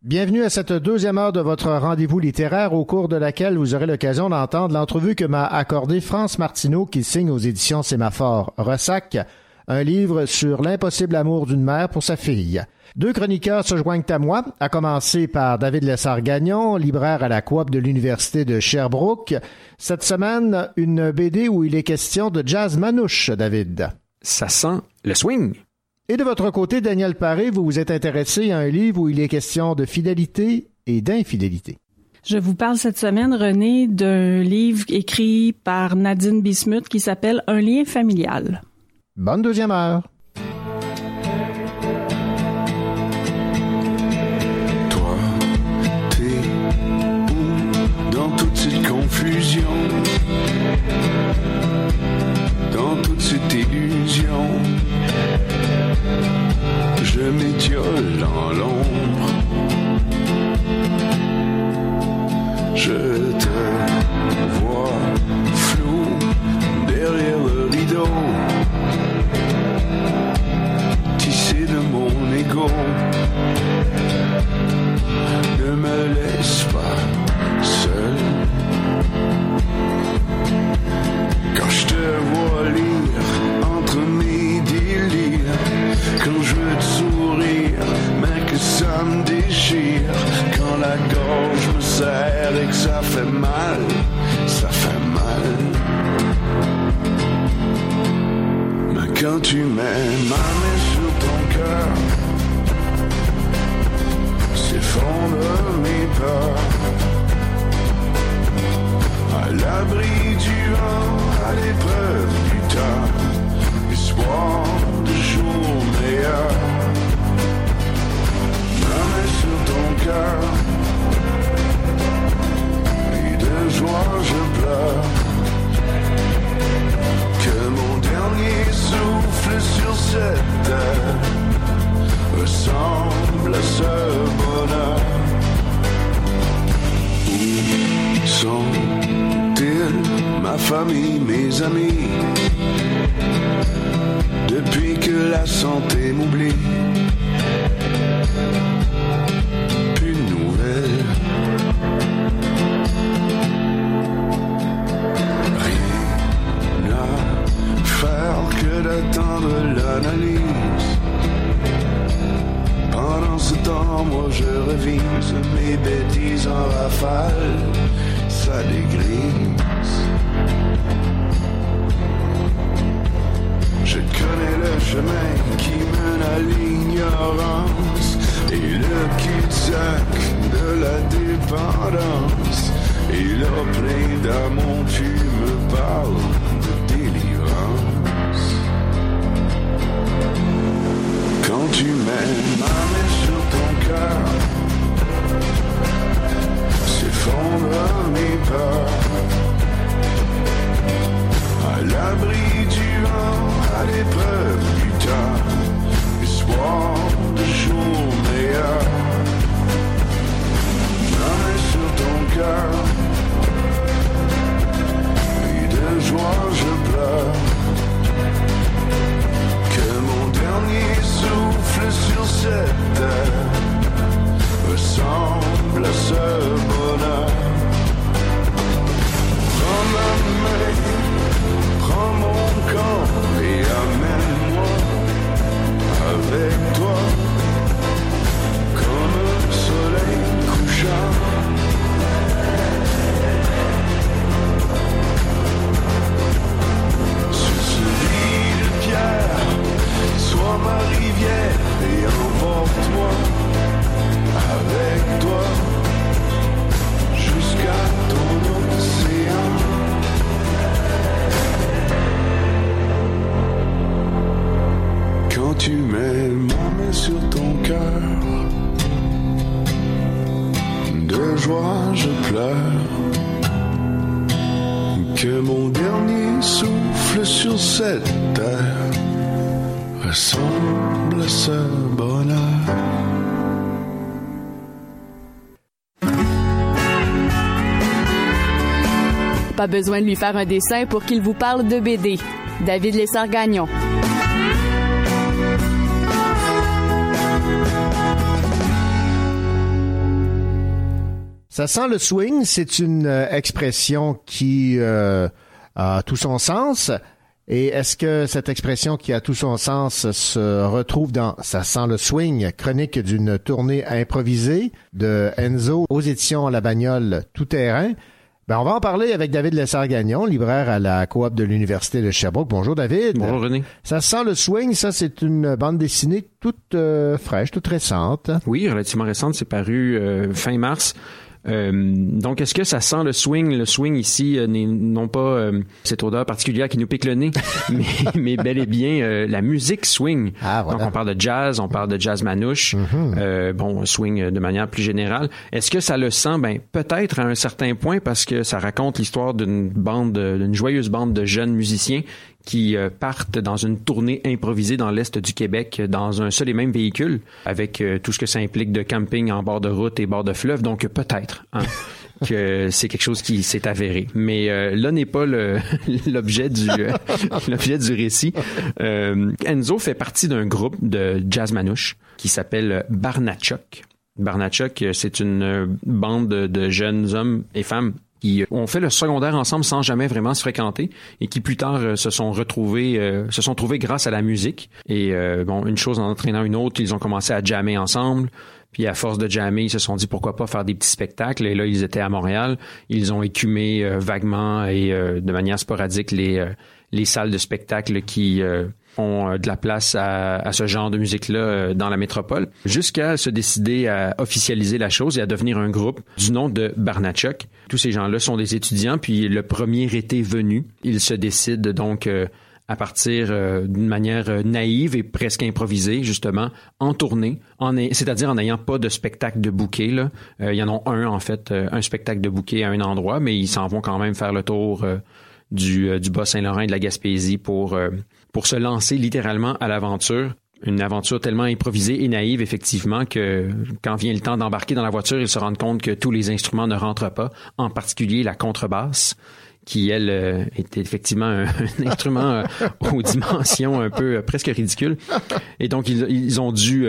Bienvenue à cette deuxième heure de votre rendez-vous littéraire au cours de laquelle vous aurez l'occasion d'entendre l'entrevue que m'a accordée France Martineau qui signe aux éditions Sémaphore Ressac un livre sur l'impossible amour d'une mère pour sa fille. Deux chroniqueurs se joignent à moi, à commencer par David Lessard-Gagnon, libraire à la coop de l'Université de Sherbrooke. Cette semaine, une BD où il est question de jazz manouche, David. Ça sent le swing. Et de votre côté, Daniel Paré, vous vous êtes intéressé à un livre où il est question de fidélité et d'infidélité. Je vous parle cette semaine, René, d'un livre écrit par Nadine Bismuth qui s'appelle « Un lien familial ». Bonne deuxième heure. Toi, t'es où dans toute cette confusion, dans toute cette illusion? Je m'étiole en l'ombre, je te vois flou derrière le rideau, tissé de mon ego. Ne me laisse pas seul, quand je te vois lire entre mes délires, quand je veux te sourire, mais que ça me déchire, quand la gorge me serre et que ça fait mal, ça fait mal. Mais quand tu mets ma main sur ton cœur, s'effondrent mes peurs, à l'abri du vent, à l'épreuve du temps, espoir de jours meilleurs. Ma main sur ton cœur, et de joie je pleure, que mon dernier souffle sur cette terre ressemble à ce bonheur. Où sont-ils, ma famille, mes amis, depuis que la santé m'oublie? Plus de nouvelles, rien à faire que d'attendre l'analyse. Pendant ce temps, moi je révise mes bêtises en rafale, ça dégrise. Je connais le chemin qui mène à l'ignorance et le cul-de-sac de la dépendance. Et là, plein d'amour, tu me parles de délivrance. Quand tu mets ma main sur ton cœur, s'effondrent mes peurs, à l'abri du vent, à l'épreuve du temps, espoir de jours meilleurs. Ma main sur ton cœur, et de joie je pleure, que mon dernier souffle sur cette terre ressemble à ce bonheur. Prends ma main, prends mon corps et amène-moi avec toi, comme un soleil couchant. Sur ce lit de pierre, sois ma rivière et emporte-moi avec toi jusqu'à ton océan. Quand tu mets ma main sur ton cœur, de joie je pleure, que mon dernier souffle sur cette terre ressemble à ce bonheur. Pas besoin de lui faire un dessin pour qu'il vous parle de BD. David Lessard-Gagnon. Ça sent le swing, c'est une expression qui a tout son sens. Et est-ce que cette expression qui a tout son sens se retrouve dans « Ça sent le swing », chronique d'une tournée improvisée de Enzo aux éditions La Bagnole Tout-Terrain? Ben, on va en parler avec David Lessard-Gagnon, libraire à la coop de l'Université de Sherbrooke. Bonjour David. Bonjour René. Ça sent le swing, ça c'est une bande dessinée toute fraîche, toute récente. Oui, relativement récente, c'est paru fin mars. Donc, est-ce que ça sent le swing? Le swing ici n'est non pas cette odeur particulière qui nous pique le nez, mais bel et bien la musique swing. Ah, voilà. Donc, on parle de jazz manouche, swing de manière plus générale. Est-ce que ça le sent? Ben, peut-être à un certain point parce que ça raconte l'histoire d'une joyeuse bande de jeunes musiciens qui partent dans une tournée improvisée dans l'est du Québec dans un seul et même véhicule avec tout ce que ça implique de camping en bord de route et bord de fleuve. Donc peut-être que c'est quelque chose qui s'est avéré. Mais là n'est pas l'objet du récit. Enzo fait partie d'un groupe de jazz manouche qui s'appelle Barnatchuk. Barnatchuk, c'est une bande de jeunes hommes et femmes qui ont fait le secondaire ensemble sans jamais vraiment se fréquenter et qui plus tard se sont trouvés grâce à la musique. Et une chose en entraînant une autre, ils ont commencé à jammer ensemble. Puis à force de jammer, ils se sont dit pourquoi pas faire des petits spectacles. Et là, ils étaient à Montréal. Ils ont écumé vaguement et de manière sporadique les salles de spectacle qui ont de la place à ce genre de musique-là dans la métropole, jusqu'à se décider à officialiser la chose et à devenir un groupe du nom de Barnatchuk. Tous ces gens-là sont des étudiants, puis le premier été venu, ils se décident donc à partir d'une manière naïve et presque improvisée, justement, en tournée, c'est-à-dire en n'ayant pas de spectacle de bouquet. Là. Il y en a un, en fait, un spectacle de bouquet à un endroit, mais ils s'en vont quand même faire le tour du Bas-Saint-Laurent et de la Gaspésie pour se lancer littéralement à l'aventure. Une aventure tellement improvisée et naïve, effectivement, que quand vient le temps d'embarquer dans la voiture, ils se rendent compte que tous les instruments ne rentrent pas, en particulier la contrebasse, qui, elle, est effectivement un instrument aux dimensions un peu presque ridicules. Et donc, ils ont dû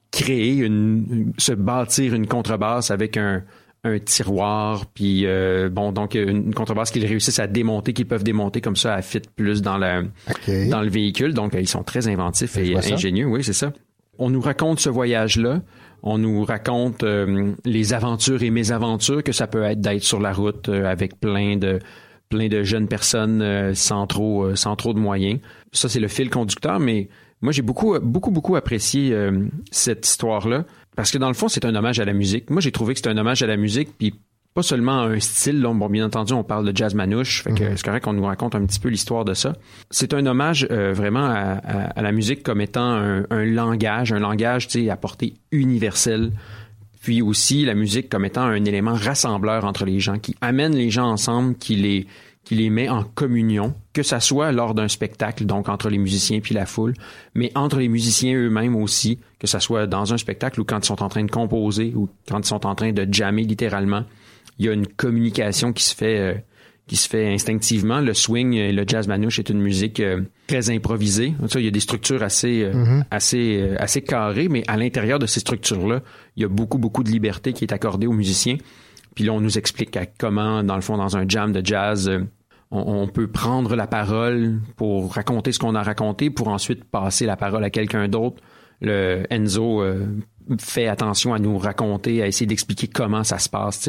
se bâtir une contrebasse avec un tiroir, puis donc une contrebasse qu'ils réussissent à démonter, qu'ils peuvent démonter comme ça à fit plus dans le véhicule. Donc, ils sont très inventifs et ingénieux. Oui, c'est ça. On nous raconte ce voyage-là. On nous raconte les aventures et mésaventures que ça peut être d'être sur la route avec plein de jeunes personnes sans trop de moyens. Ça, c'est le fil conducteur, mais moi, j'ai beaucoup apprécié cette histoire-là, parce que dans le fond, c'est un hommage à la musique. Moi, j'ai trouvé que c'était un hommage à la musique, puis pas seulement un style. Là, bon, bien entendu, on parle de jazz manouche, fait que c'est correct qu'on nous raconte un petit peu l'histoire de ça. C'est un hommage vraiment à la musique comme étant un langage, tu sais, à portée universelle. Puis aussi la musique comme étant un élément rassembleur entre les gens, qui amène les gens ensemble, qui les met en communion, que ça soit lors d'un spectacle, donc entre les musiciens puis la foule, mais entre les musiciens eux-mêmes aussi, que ça soit dans un spectacle ou quand ils sont en train de composer ou quand ils sont en train de jammer littéralement. Il y a une communication qui se fait instinctivement. Le swing et le jazz manouche est une musique très improvisée. Ça, il y a des structures assez carrées, mais à l'intérieur de ces structures-là, il y a beaucoup de liberté qui est accordée aux musiciens. Puis là, on nous explique comment, dans le fond, dans un jam de jazz, on peut prendre la parole pour raconter ce qu'on a raconté, pour ensuite passer la parole à quelqu'un d'autre. Le Enzo fait attention à nous raconter, à essayer d'expliquer comment ça se passe,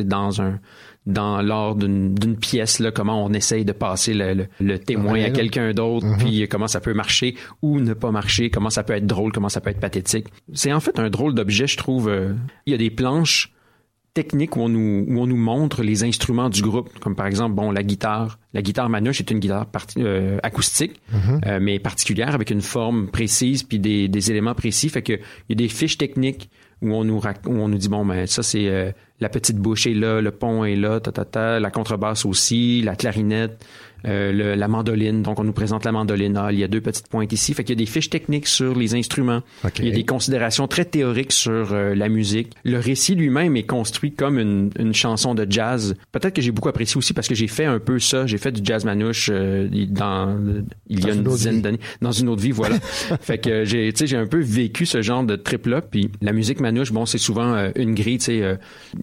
lors d'une pièce, là, comment on essaye de passer le témoin à quelqu'un d'autre, puis comment ça peut marcher ou ne pas marcher, comment ça peut être drôle, comment ça peut être pathétique. C'est en fait un drôle d'objet, je trouve. Il y a des planches techniques où on nous montre les instruments du groupe, comme par exemple, la guitare. La guitare manouche est une guitare acoustique, mais particulière, avec une forme précise puis des éléments précis. Fait que il y a des fiches techniques où on nous dit ça c'est la petite bouche est là, le pont est là, la contrebasse aussi, la clarinette, la mandoline. Donc on nous présente la mandoline. Il y a 2 petites pointes ici. Fait qu'il y a des fiches techniques sur les instruments. Okay. Il y a des considérations très théoriques sur la musique. Le récit lui-même est construit comme une chanson de jazz. Peut-être que j'ai beaucoup apprécié aussi parce que j'ai fait un peu ça. J'ai fait du jazz manouche il y a une dizaine d'années. Dans une autre vie, voilà. Fait que j'ai un peu vécu ce genre de trip-là. Puis la musique manouche, c'est souvent une grille, tu sais.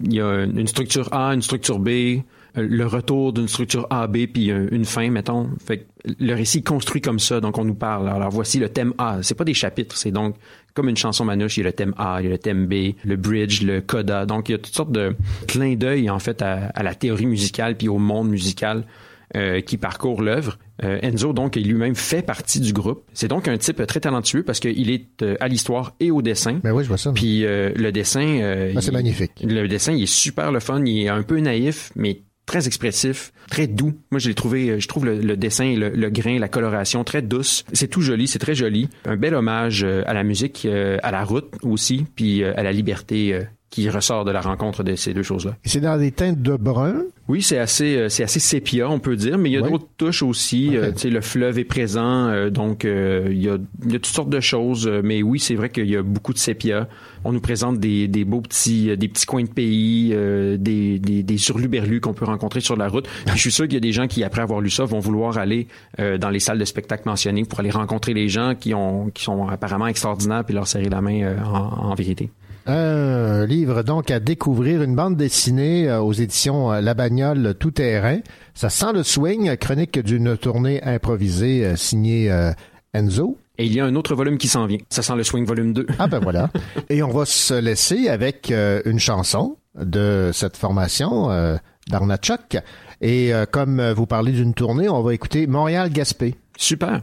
il y a une structure A, une structure B, le retour d'une structure A, B, puis une fin, mettons. Fait que le récit est construit comme ça, donc on nous parle. Alors voici le thème A. C'est pas des chapitres, c'est donc comme une chanson manouche, il y a le thème A, il y a le thème B, le bridge, le coda. Donc il y a toutes sortes de clins d'œil en fait à la théorie musicale puis au monde musical qui parcourt l'œuvre. Enzo, donc, lui-même fait partie du groupe. C'est donc un type très talentueux parce qu'il est à l'histoire et au dessin. Ben oui, je vois ça. Puis le dessin... c'est magnifique. Le dessin, il est super le fun. Il est un peu naïf, mais très expressif, très doux. Moi, je trouve le dessin, le grain, la coloration très douce. C'est tout joli, c'est très joli. Un bel hommage à la musique, à la route aussi, puis à la liberté qui ressort de la rencontre de ces deux choses-là. Et c'est dans des teintes de brun? Oui, c'est assez sépia, on peut dire, mais il y a d'autres touches aussi. Okay. Tu sais, le fleuve est présent, donc il y a toutes sortes de choses. Mais oui, c'est vrai qu'il y a beaucoup de sépia. On nous présente des beaux petits coins de pays, des surluberlus qu'on peut rencontrer sur la route. Puis je suis sûr qu'il y a des gens qui, après avoir lu ça, vont vouloir aller dans les salles de spectacle mentionnées pour aller rencontrer les gens qui sont apparemment extraordinaires puis leur serrer la main en vérité. Un livre donc à découvrir, une bande dessinée aux éditions La Bagnole Tout Terrain. Ça sent le swing, chronique d'une tournée improvisée signée Enzo. Et il y a un autre volume qui s'en vient. Ça sent le swing volume 2. Ah ben voilà. Et on va se laisser avec une chanson de cette formation d'Arnachok. Et comme vous parlez d'une tournée, on va écouter Montréal-Gaspé. Super.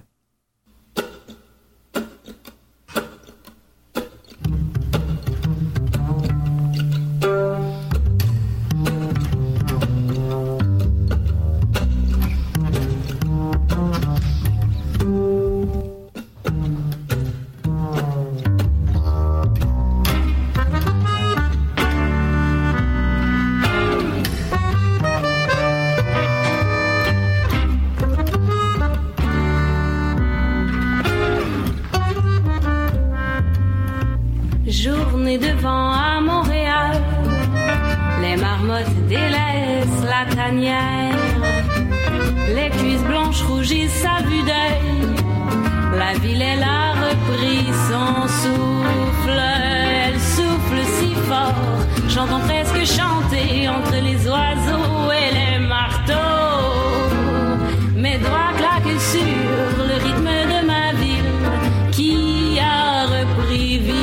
Journée de vent à Montréal, les marmottes délaissent la tanière, les cuisses blanches rougissent à vue d'œil, la ville elle a repris son souffle, elle souffle si fort, j'entends presque chanter entre les oiseaux et les marteaux, mes doigts claquent sur le rythme de ma ville qui a repris vie.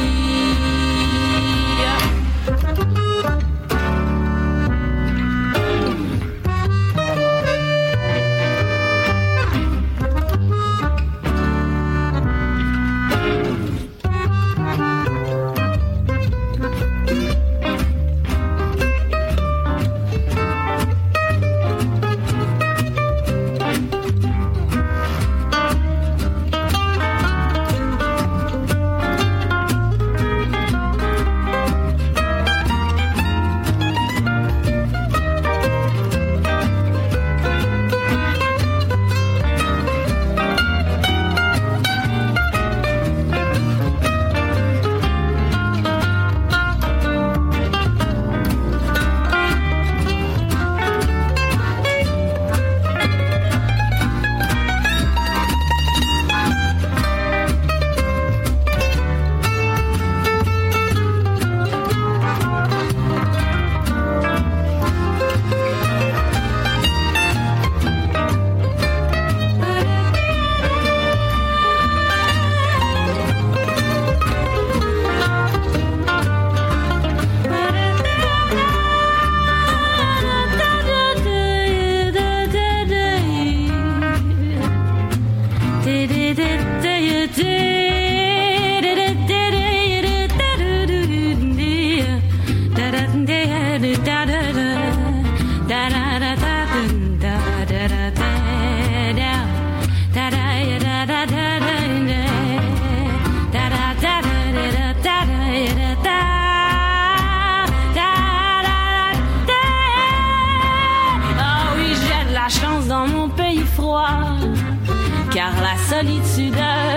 Car la solitude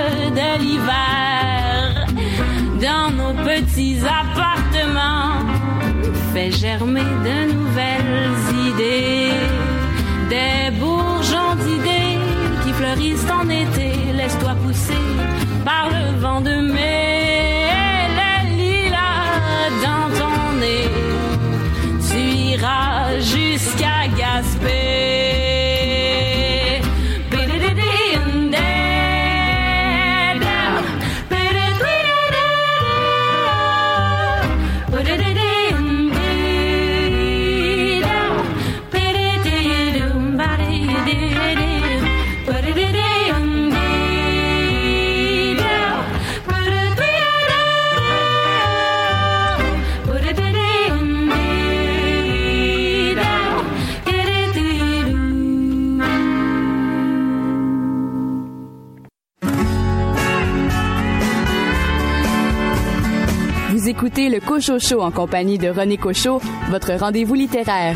de l'hiver dans nos petits appartements fait germer de nouvelles idées, des bourgeons d'idées qui fleurissent en été. Laisse-toi pousser par le vent de mai, les lilas dans ton nez. jusqu'à Gaspé. Vous écoutez le Cochocho en compagnie de René Cochot, votre rendez-vous littéraire.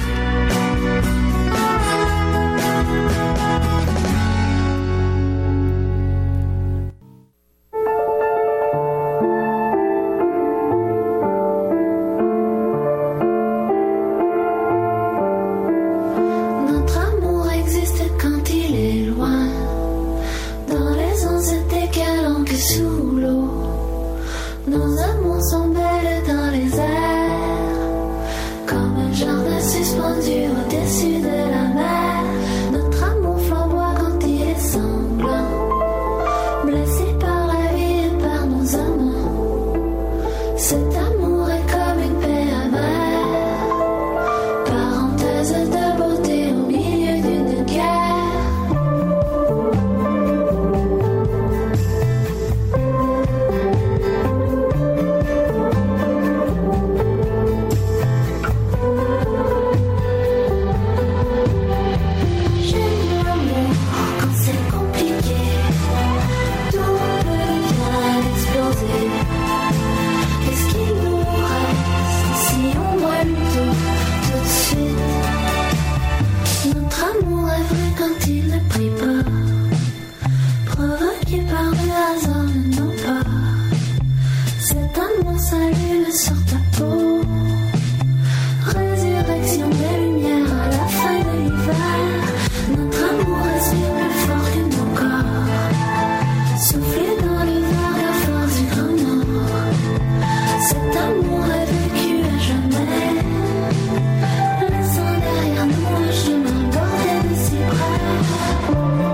Notre amour existe quand il est loin, dans les ondes décalant que sous l'eau. Nos amours sont belles dans les airs, comme un jardin suspendu au-dessus de la mer. Notre amour flamboie quand il est sanglant, blessé par la vie et par nos amants. Cet amour est comme une paix amère, parenthèse de beauté au milieu d'une guerre. Salut sur ta peau, résurrection des lumières à la fin de l'hiver. Notre amour respire plus fort que nos corps, soufflé dans le vent la force du grand nord. Cet amour est vécu à jamais, laissant derrière nous un chemin bordé de cyprès.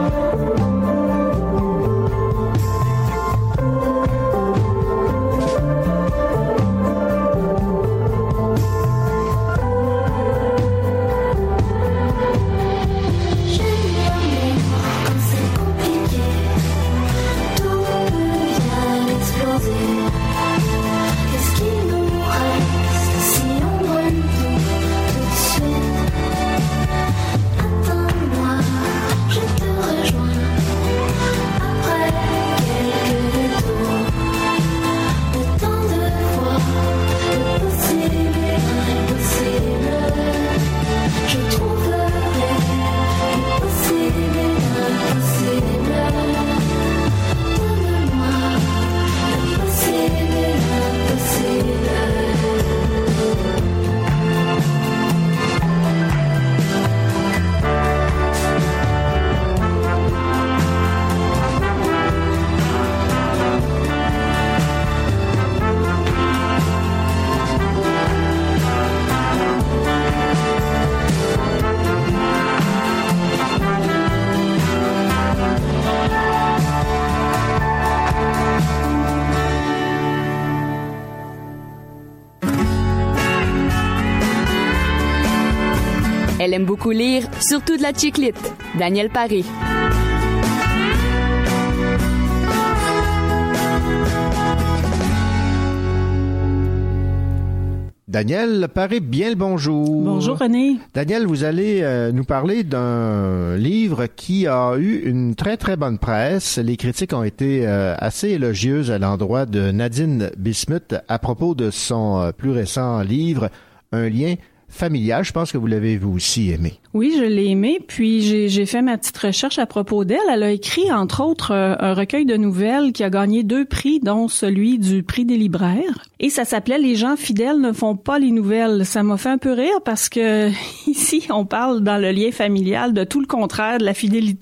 Elle aime beaucoup lire, surtout de la chiclite. Danielle Paré. Danielle Paré, bien le bonjour. Bonjour René. Danielle, vous allez nous parler d'un livre qui a eu une très très bonne presse. Les critiques ont été assez élogieuses à l'endroit de Nadine Bismuth à propos de son plus récent livre, Un lien familial. Je pense que vous l'avez vous aussi aimé. Oui, je l'ai aimé, puis j'ai fait ma petite recherche à propos d'elle. Elle a écrit, entre autres, un recueil de nouvelles qui a gagné 2 prix, dont celui du prix des libraires. Et ça s'appelait « Les gens fidèles ne font pas les nouvelles ». Ça m'a fait un peu rire parce que ici, on parle dans le lien familial de tout le contraire de la fidélité.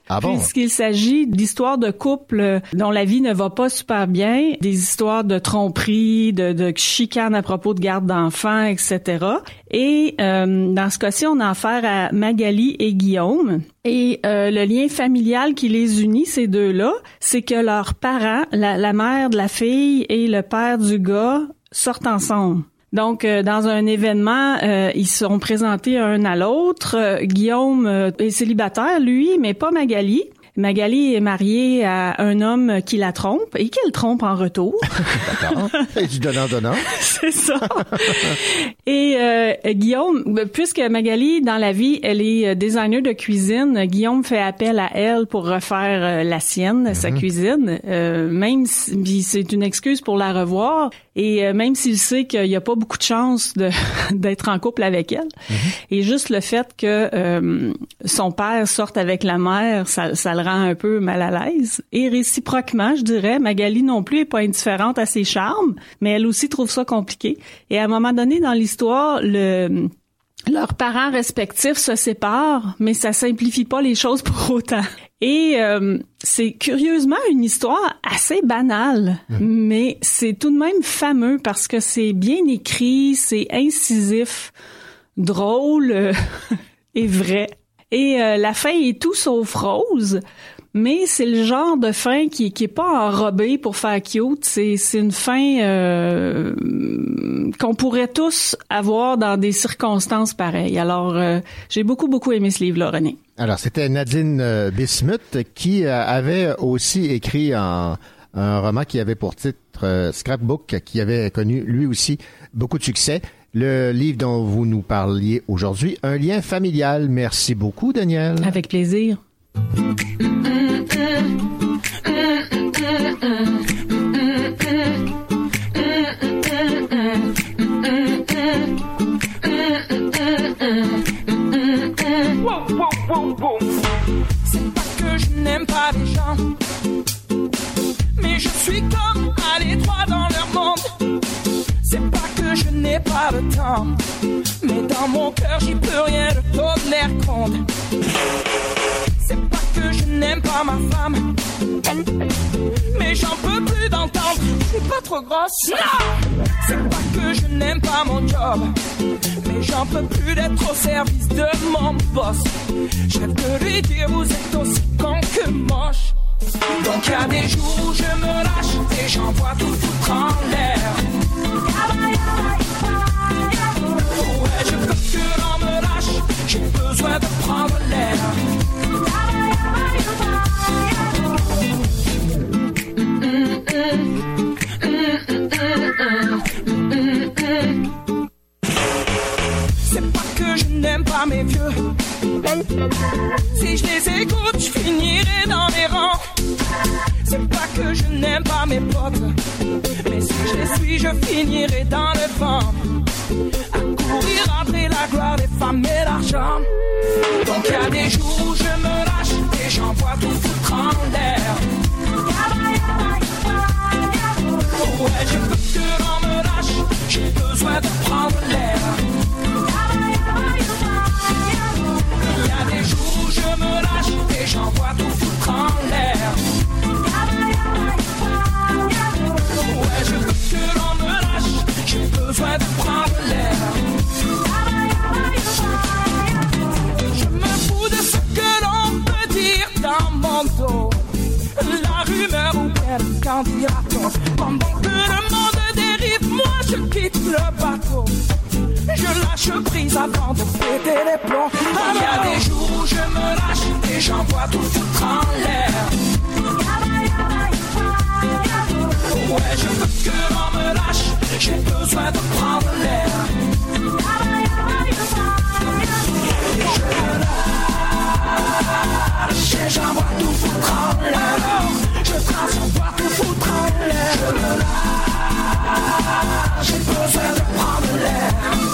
Ah bon? Puisqu'il s'agit d'histoires de couples dont la vie ne va pas super bien, des histoires de tromperie, de chicanes à propos de garde d'enfants, etc. Et dans ce cas-ci, on a affaire à Magali et Guillaume. Et le lien familial qui les unit, ces deux-là, c'est que leurs parents, la mère de la fille et le père du gars, sortent ensemble. Donc, dans un événement, ils sont présentés un à l'autre. Guillaume est célibataire, lui, mais pas Magali. Magali est mariée à un homme qui la trompe et qu'elle trompe en retour. D'accord. Et du donnant-donnant. C'est ça. Et Guillaume, puisque Magali, dans la vie, elle est designer de cuisine, Guillaume fait appel à elle pour refaire la sienne, sa cuisine, même si c'est une excuse pour la revoir. Et même s'il sait qu'il n'y a pas beaucoup de chance d'être en couple avec elle. Et juste le fait que son père sorte avec la mère, ça le rend un peu mal à l'aise. Et réciproquement, je dirais, Magali non plus est pas indifférente à ses charmes, mais elle aussi trouve ça compliqué. Et à un moment donné dans l'histoire, leurs parents respectifs se séparent, mais ça simplifie pas les choses pour autant. Et c'est curieusement une histoire assez banale, mais c'est tout de même fameux parce que c'est bien écrit, c'est incisif, drôle et vrai. Et la fin est tout sauf rose, mais c'est le genre de fin qui est pas enrobée pour faire cute. C'est une fin qu'on pourrait tous avoir dans des circonstances pareilles. Alors, j'ai beaucoup aimé ce livre-là, René. Alors, c'était Nadine Bismuth qui avait aussi écrit un roman qui avait pour titre Scrapbook, qui avait connu lui aussi beaucoup de succès. Le livre dont vous nous parliez aujourd'hui, Un lien familial. Merci beaucoup, Daniel. Avec plaisir. C'est pas que je n'aime pas les gens, mais je suis comme à l'étroit dans leur monde. C'est pas que je n'ai pas le temps, mais dans mon cœur j'y peux rien, je tolère compte. C'est pas que je n'aime pas ma femme, mais j'en peux plus d'entendre. Je suis pas trop grosse. Non. C'est pas que je n'aime pas mon job, mais j'en peux plus d'être au service de mon boss. Je rêve de lui dire vous êtes aussi con que moche. Donc y a des jours où je me lâche et j'envoie tout foutre en l'air. Ouais, je veux que l'on me lâche, j'ai besoin de prendre l'air. C'est pas que je n'aime pas mes vieux. Si je les écoute, je finirai dans les rangs. C'est pas que je n'aime pas mes potes, mais si je les suis, je finirai dans le vent. À courir après la gloire des femmes et l'argent. Donc y a des jours où je me lâche et j'envoie tout foutre en l'air. Ouais, je veux que l'on me lâche, j'ai besoin de prendre l'air. Il y a des jours où je me lâche et j'envoie tout foutre en l'air. Ouais, je veux que l'on me lâche, j'ai besoin de prendre l'air. Je me fous de ce que l'on peut dire dans mon dos. La rumeur ou bien qu'en dira-t-on? Pendant que le monde dérive, moi je quitte le bateau. Je lâche prise avant de péter les plombs. Il y a des jours où je me lâche et j'envoie tout foutre en l'air. Ouais, je veux que l'on me lâche, j'ai besoin de prendre l'air. Je me lâche et j'envoie tout foutre en l'air. Je trace, j'envoie tout foutre en l'air. Je me lâche, j'ai besoin de prendre l'air.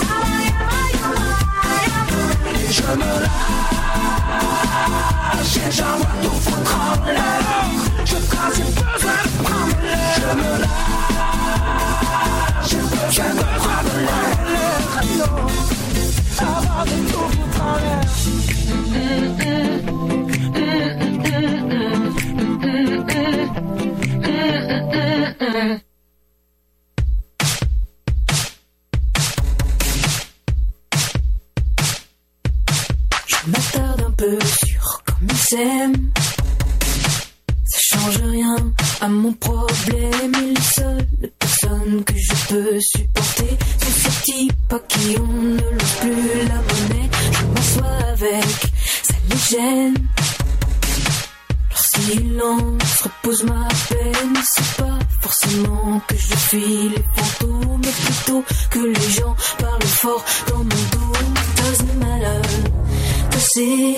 Et je me lâche et j'envoie tout foutre en l'air. Je trace, j'ai besoin de prendre l'air. Je me lâche, j'ai besoin de prendre l'air. Avant de tout foutre en l'air. Je m'attarde un peu sur comme ils s'aiment. Ça change rien à mon problème. Et les seules personnes que je peux supporter sont ces types à qui on ne lance plus la monnaie. Je m'assois avec, ça les gêne. Leur silence repose ma peine. C'est pas forcément que je fuis les fantômes, mais plutôt que les gens parlent fort dans mon dos. Doesn't matter, does it?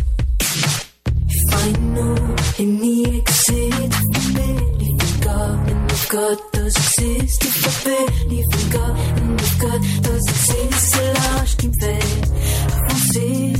If I know any exit, if I believe in God and if God does exist, if I believe in God and if God does exist, c'est l'âge qui me fait avancer.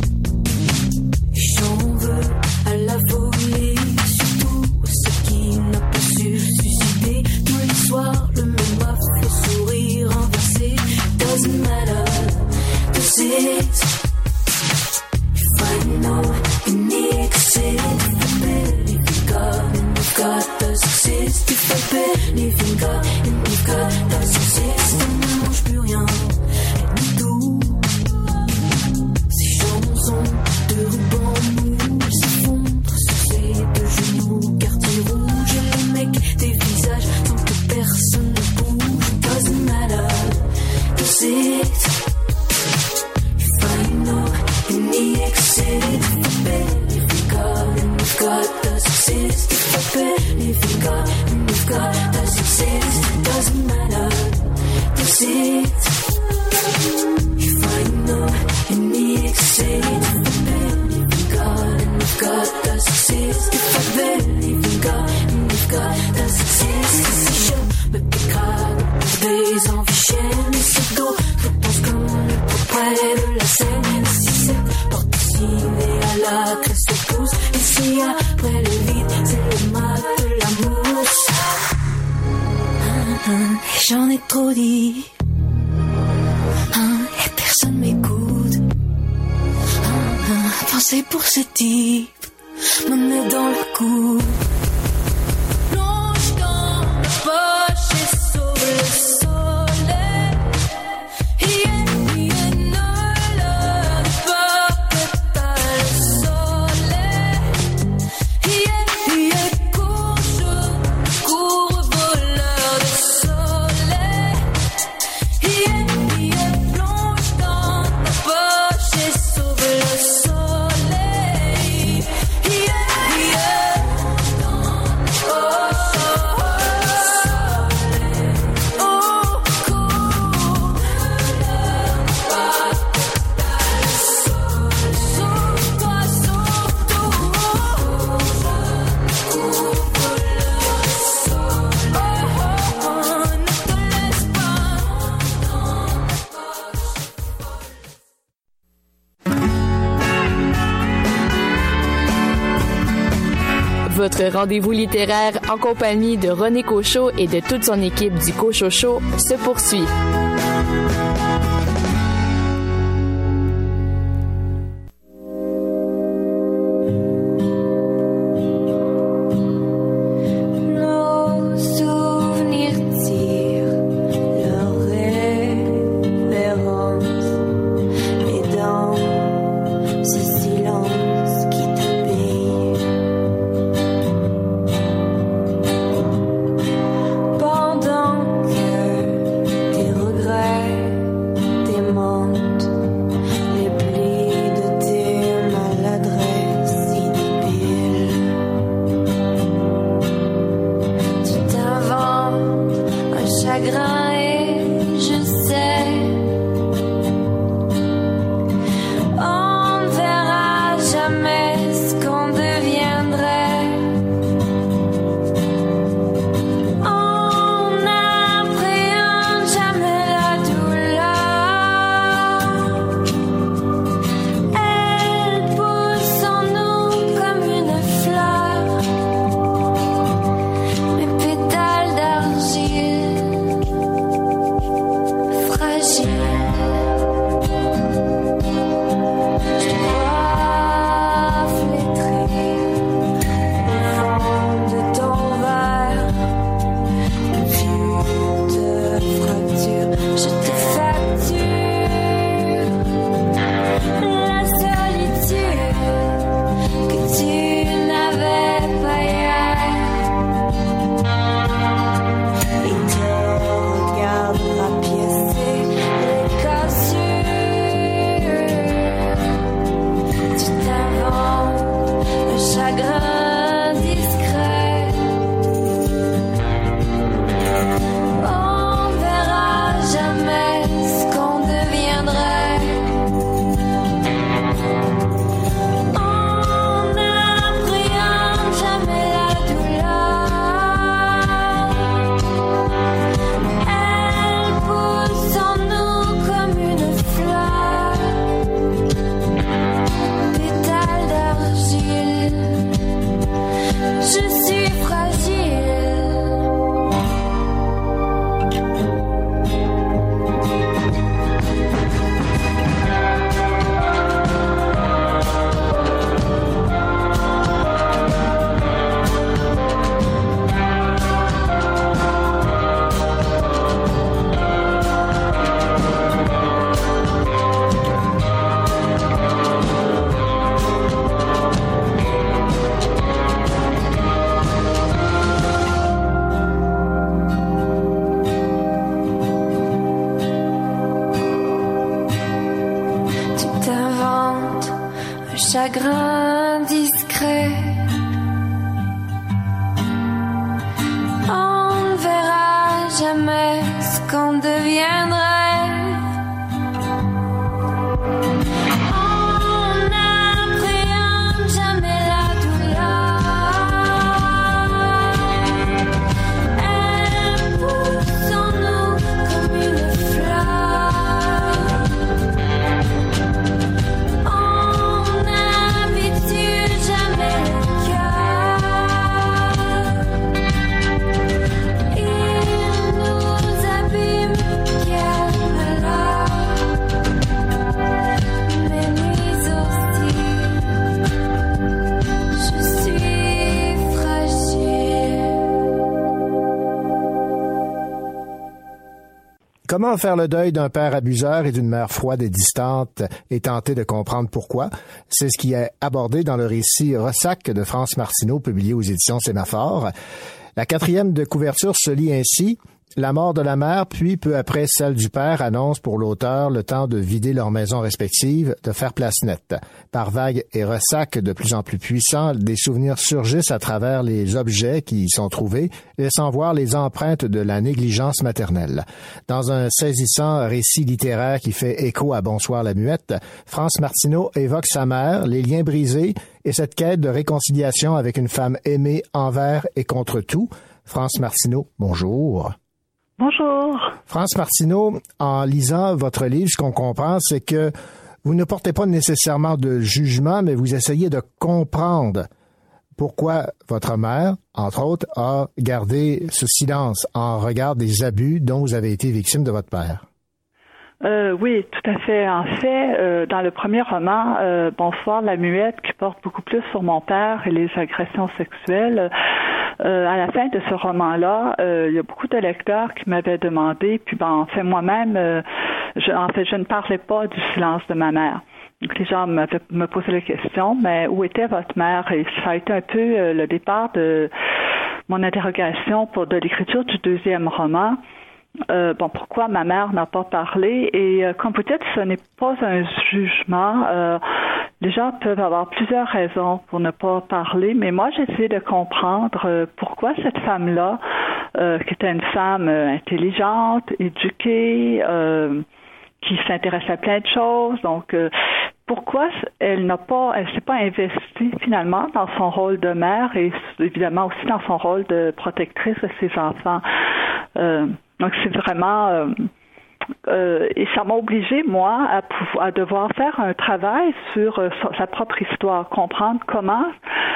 J'en veux à la volée, surtout à ceux qui n'ont pas su se suicider. Tous les soirs, le même m'a fait sourire inversé. Doesn't matter, does it? If I know any exit, if I believe in God and if God does exist, if I believe in God and if God does exist, on ne mange plus rien, et tout. Ces chansons de ruban mou s'effondrent sur ces deux genoux, quartier rouge, et les mecs des visages sans que personne ne bouge. Doesn't matter, does it? If I know any exit, if I believe in God and if God does exist, if I believe in God and if God does exist, it doesn't matter, does it? If I know any exit, if I believe in God and if God does exist, if I believe in God and if God does exist, si je me dégrade pour des envies chaînes, et c'est d'autres pensent comme le portrait de la scène, si cette porte dessinée à la crèche de pouce, et si après le vide, c'est le mal de la mousse. Et j'en ai trop dit, et personne m'écoute. Penser pour ce type me met dans le coup. Plonge dans la poche et sauve le soleil. Ne leur dis pas que t'as le soleil. Cours voleur de soleil. Plonge dans ta poche et sauve le soleil. Votre rendez-vous littéraire en compagnie de René Cochot et de toute son équipe du Cochot Show se poursuit. Nos souvenirs tirent leur révérence, et dans ce silence qui t'habille, pendant que tes regrets le chagrin discret. On ne verra jamais ce qu'on deviendrait. Comment faire le deuil d'un père abuseur et d'une mère froide et distante et tenter de comprendre pourquoi? C'est ce qui est abordé dans le récit Ressac de France Martineau, publié aux éditions Sémaphore. La 4e de couverture se lit ainsi. La mort de la mère, puis peu après celle du père, annonce pour l'auteur le temps de vider leurs maisons respectives, de faire place nette. Par vagues et ressacs de plus en plus puissants, des souvenirs surgissent à travers les objets qui y sont trouvés, laissant voir les empreintes de la négligence maternelle. Dans un saisissant récit littéraire qui fait écho à Bonsoir la muette, France Martineau évoque sa mère, les liens brisés et cette quête de réconciliation avec une femme aimée envers et contre tout. France Martineau, bonjour. Bonjour. France Martineau, en lisant votre livre, ce qu'on comprend, c'est que vous ne portez pas nécessairement de jugement, mais vous essayez de comprendre pourquoi votre mère, entre autres, a gardé ce silence en regard des abus dont vous avez été victime de votre père. Oui, tout à fait. En fait, dans le premier roman, Bonsoir la muette, qui porte beaucoup plus sur mon père et les agressions sexuelles, à la fin de ce roman-là, il y a beaucoup de lecteurs qui m'avaient demandé, puis en fait moi-même, je ne parlais pas du silence de ma mère. Donc les gens me posaient la question, mais où était votre mère? Et ça a été un peu le départ de mon interrogation de l'écriture du deuxième roman. Pourquoi ma mère n'a pas parlé? Et comme vous dites, ce n'est pas un jugement. Les gens peuvent avoir plusieurs raisons pour ne pas parler, mais moi, j'ai essayé de comprendre pourquoi cette femme-là, qui était une femme intelligente, éduquée, qui s'intéresse à plein de choses, donc pourquoi elle s'est pas investie finalement dans son rôle de mère et évidemment aussi dans son rôle de protectrice de ses enfants. Donc c'est vraiment et ça m'a obligée, moi, à devoir faire un travail sur sa propre histoire, comprendre comment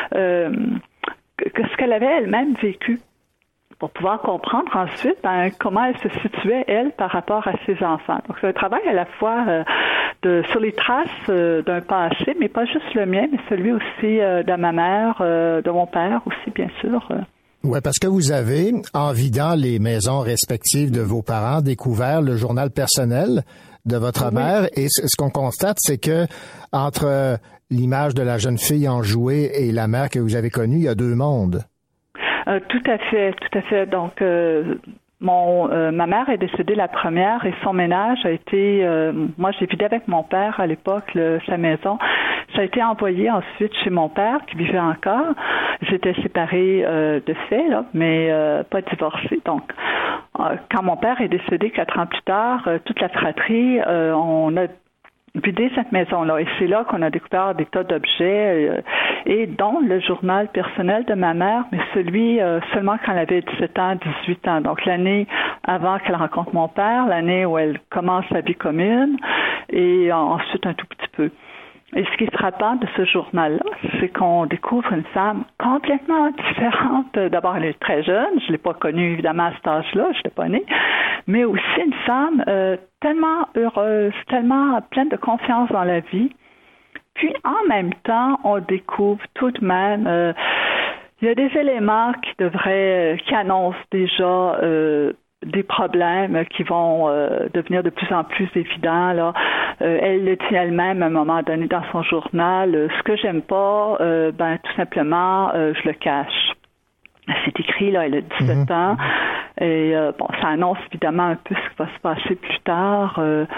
ce qu'elle avait elle-même vécu, pour pouvoir comprendre ensuite comment elle se situait, elle, par rapport à ses enfants. Donc, c'est un travail à la fois sur les traces d'un passé, mais pas juste le mien, mais celui aussi de ma mère, de mon père aussi, bien sûr. Oui, parce que vous avez, en vidant les maisons respectives de vos parents, découvert le journal personnel de votre mère. Et ce qu'on constate, c'est que entre l'image de la jeune fille enjouée et la mère que vous avez connue, il y a deux mondes. Tout à fait. Donc, ma mère est décédée la première et son ménage a été, moi j'ai vidé avec mon père à l'époque sa maison. Ça a été envoyé ensuite chez mon père qui vivait encore. J'étais séparée de fait, là, mais pas divorcée. Donc, quand mon père est décédé 4 ans plus tard, toute la fratrie, on a vidé cette maison-là. Et c'est là qu'on a découvert des tas d'objets, et dont le journal personnel de ma mère, mais celui seulement quand elle avait 17 ans, 18 ans. Donc l'année avant qu'elle rencontre mon père, l'année où elle commence sa vie commune, et ensuite un tout petit peu. Et ce qui est frappant de ce journal-là, c'est qu'on découvre une femme complètement différente. D'abord, elle est très jeune. Je l'ai pas connue, évidemment, à cet âge-là. Je l'ai pas née. Mais aussi une femme tellement heureuse, tellement pleine de confiance dans la vie. Puis, en même temps, on découvre tout de même... il y a des éléments qui annoncent déjà... des problèmes qui vont devenir de plus en plus évidents. Là. Elle le dit elle-même à un moment donné dans son journal, ce que j'aime pas, tout simplement, je le cache. C'est écrit, là, elle a 17 ans. Et ça annonce évidemment un peu ce qui va se passer plus tard.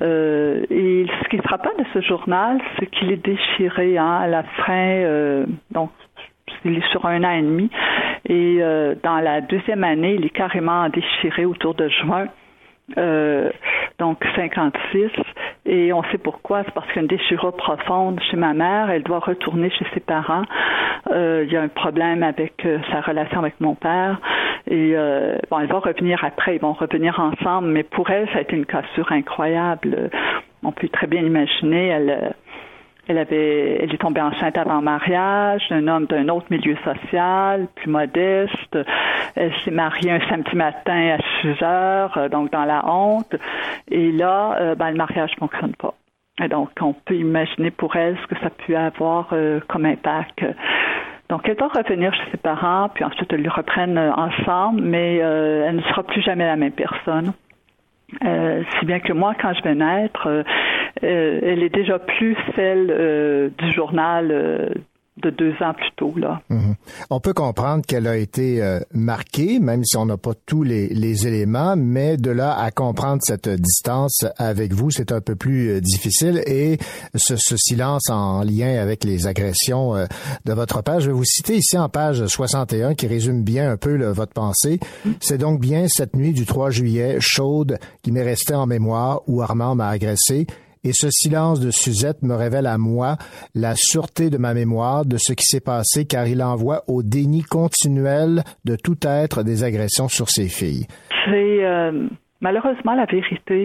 Et ce qui est frappant de ce journal, c'est qu'il est déchiré à la fin, donc il est sur 1 an et demi, et dans la 2e année, il est carrément déchiré autour de juin. Donc 56, et on sait pourquoi. C'est parce qu'il y a une déchirure profonde chez ma mère. Elle doit retourner chez ses parents. Il y a un problème avec sa relation avec mon père, et elle va revenir après. Ils vont revenir ensemble, mais pour elle, ça a été une cassure incroyable. On peut très bien imaginer. Elle est tombée enceinte avant mariage, d'un homme d'un autre milieu social, plus modeste. Elle s'est mariée un samedi matin à 6 heures, donc dans la honte. Et là, le mariage ne fonctionne pas. Et donc, on peut imaginer pour elle ce que ça peut avoir comme impact. Donc, elle va revenir chez ses parents, puis ensuite, ils reprennent ensemble, mais elle ne sera plus jamais la même personne. Si bien que moi, quand je vais naître, elle est déjà plus celle du journal de 2 ans plus tôt, là. Mm-hmm. On peut comprendre qu'elle a été marquée, même si on n'a pas tous les éléments, mais de là à comprendre cette distance avec vous, c'est un peu plus difficile. Et ce silence en lien avec les agressions de votre père, je vais vous citer ici en page 61 qui résume bien un peu votre pensée. C'est donc bien cette nuit du 3 juillet, chaude, qui m'est restée en mémoire, où Armand m'a agressé. Et ce silence de Suzette me révèle à moi la sûreté de ma mémoire de ce qui s'est passé, car il envoie au déni continuel de tout être des agressions sur ses filles. C'est malheureusement la vérité.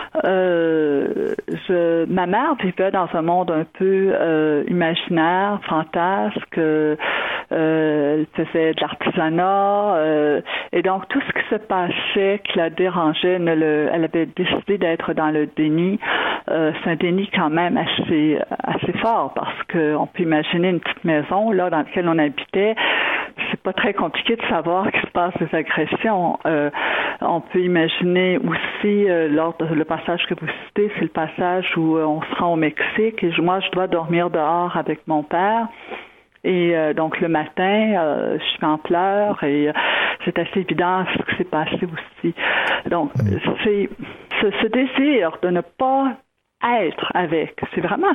Ma mère vivait dans un monde un peu imaginaire, fantasque. Elle faisait de l'artisanat, et donc tout ce qui se passait qui la dérangeait, elle avait décidé d'être dans le déni. C'est un déni quand même assez fort, parce que on peut imaginer une petite maison là dans laquelle on habitait. C'est pas très compliqué de savoir qu'il se passe des agressions. On peut imaginer aussi lors de le passage que vous citez, c'est le passage où on se rend au Mexique, et moi je dois dormir dehors avec mon père. Et donc le matin, je suis en pleurs, et c'est assez évident ce qui s'est passé aussi. Donc c'est ce désir de ne pas être avec, c'est vraiment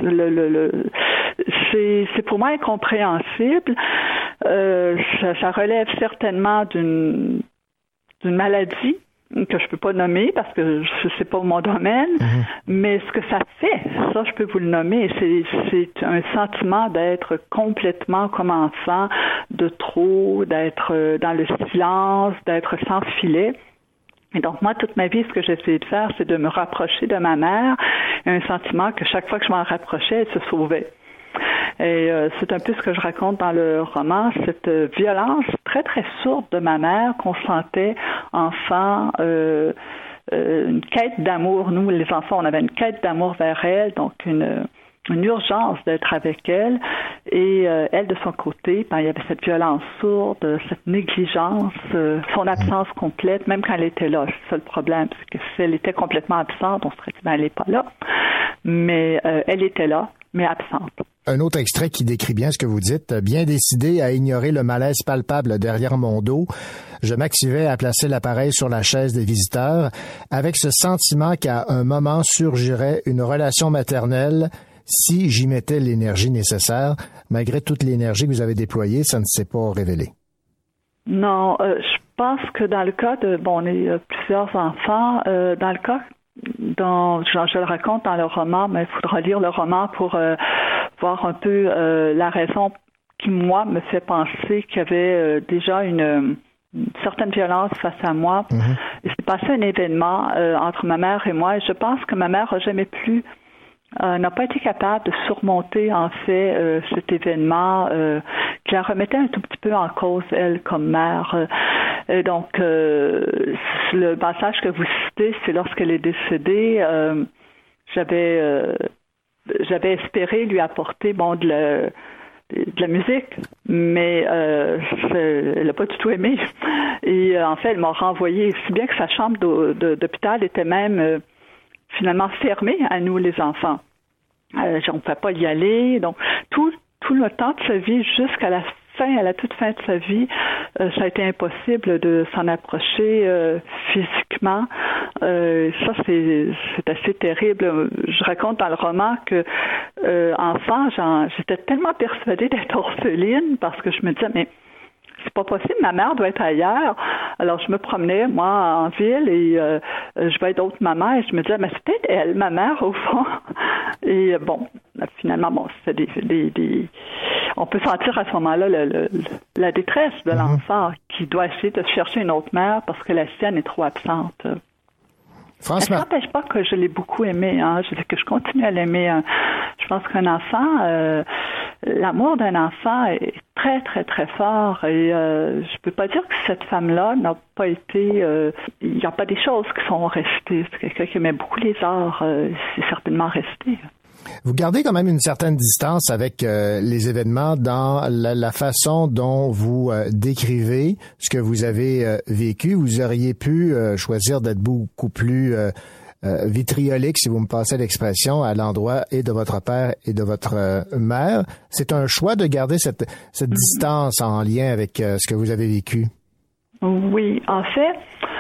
c'est pour moi incompréhensible. Ça relève certainement d'une maladie que je peux pas nommer parce que c'est pas mon domaine, mais ce que ça fait, ça je peux vous le nommer, c'est un sentiment d'être complètement comme enfant, de trop, d'être dans le silence, d'être sans filet. Et donc moi, toute ma vie, ce que j'ai essayé de faire, c'est de me rapprocher de ma mère, un sentiment que chaque fois que je m'en rapprochais, elle se sauvait. Et c'est un peu ce que je raconte dans le roman, cette violence très, très sourde de ma mère qu'on sentait enfant, une quête d'amour. Nous, les enfants, on avait une quête d'amour vers elle, donc une urgence d'être avec elle. Et elle, de son côté, il y avait cette violence sourde, cette négligence, son absence complète, même quand elle était là. C'est ça le problème, c'est que si elle était complètement absente, on se serait dit, elle n'est pas là. Mais elle était là, mais absente. Un autre extrait qui décrit bien ce que vous dites. Bien décidé à ignorer le malaise palpable derrière mon dos, je m'activais à placer l'appareil sur la chaise des visiteurs avec ce sentiment qu'à un moment surgirait une relation maternelle si j'y mettais l'énergie nécessaire. Malgré toute l'énergie que vous avez déployée, ça ne s'est pas révélé. Non, je pense que dans le cas de... on est plusieurs enfants. Dans le cas dont je le raconte dans le roman, mais il faudra lire le roman pour voir un peu la raison qui, moi, me fait penser qu'il y avait déjà une certaine violence face à moi. Il s'est passé un événement entre ma mère et moi, et je pense que ma mère n'a jamais n'a pas été capable de surmonter, en fait, cet événement qui la remettait un tout petit peu en cause, elle, comme mère. Et donc, le passage que vous citez, c'est lorsqu'elle est décédée, j'avais espéré lui apporter, de la musique, mais elle n'a pas du tout aimé. Et en fait, elle m'a renvoyé, si bien que sa chambre d'hôpital était même finalement fermée à nous, les enfants. On ne pouvait pas y aller. Donc, tout le temps de sa vie, jusqu'à la toute fin de sa vie, ça a été impossible de s'en approcher physiquement. Ça, c'est assez terrible. Je raconte dans le roman que enfant, j'étais tellement persuadée d'être orpheline parce que je me disais, mais c'est pas possible, ma mère doit être ailleurs. Alors, je me promenais, moi, en ville, et je voyais d'autres mamans, et je me disais, mais c'est peut-être elle, ma mère, au fond. Et bon, finalement, bon, c'était des... On peut sentir à ce moment-là la détresse de l'enfant qui doit essayer de chercher une autre mère parce que la sienne est trop absente. Ça n'empêche pas que je l'ai beaucoup aimé, hein. Que je continue à l'aimer. Je pense qu'un enfant, l'amour d'un enfant est très, très, très fort. Et je peux pas dire que cette femme-là n'a pas été... Il n'y a pas des choses qui sont restées. C'est quelqu'un qui aimait beaucoup les arts. C'est certainement resté. Vous gardez quand même une certaine distance avec les événements dans la façon dont vous décrivez ce que vous avez vécu. Vous auriez pu choisir d'être beaucoup plus vitriolique, si vous me passez l'expression, à l'endroit et de votre père et de votre mère. C'est un choix de garder cette distance en lien avec ce que vous avez vécu. Oui, en fait...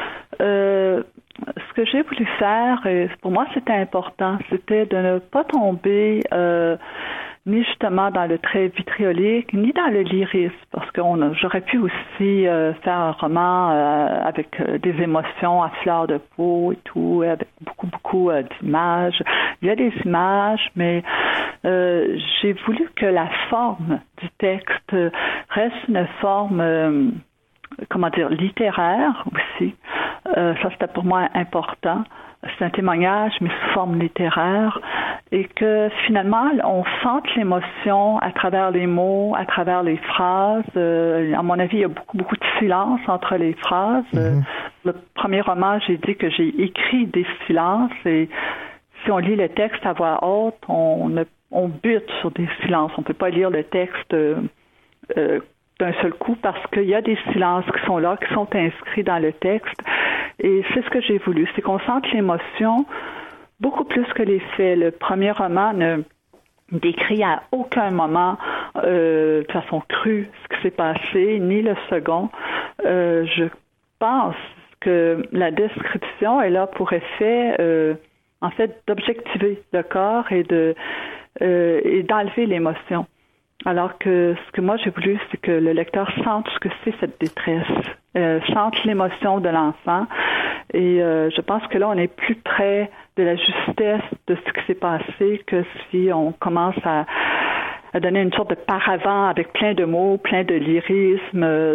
ce que j'ai voulu faire, et pour moi c'était important, c'était de ne pas tomber ni justement dans le trait vitriolique, ni dans le lyrisme, parce que j'aurais pu aussi faire un roman avec des émotions à fleur de peau et tout, avec beaucoup d'images. Il y a des images, mais j'ai voulu que la forme du texte reste une forme... littéraire aussi. Ça, c'était pour moi important. C'est un témoignage, mais sous forme littéraire. Et que finalement, on sente l'émotion à travers les mots, à travers les phrases. À mon avis, il y a beaucoup de silence entre les phrases. Le premier roman, j'ai dit que j'ai écrit des silences. Et si on lit le texte à voix haute, on bute sur des silences. On ne peut pas lire le texte... d'un seul coup parce qu'il y a des silences qui sont là, qui sont inscrits dans le texte. Et c'est ce que j'ai voulu, c'est qu'on sente l'émotion beaucoup plus que les faits. Le premier roman ne décrit à aucun moment de façon crue ce qui s'est passé, ni le second. Je pense que la description est là pour effet, en fait, d'objectiver le corps et d'enlever l'émotion. Alors que ce que moi j'ai voulu, c'est que le lecteur sente ce que c'est cette détresse, sente l'émotion de l'enfant. Et je pense que là, on est plus près de la justesse de ce qui s'est passé que si on commence à donner une sorte de paravent avec plein de mots, plein de lyrisme.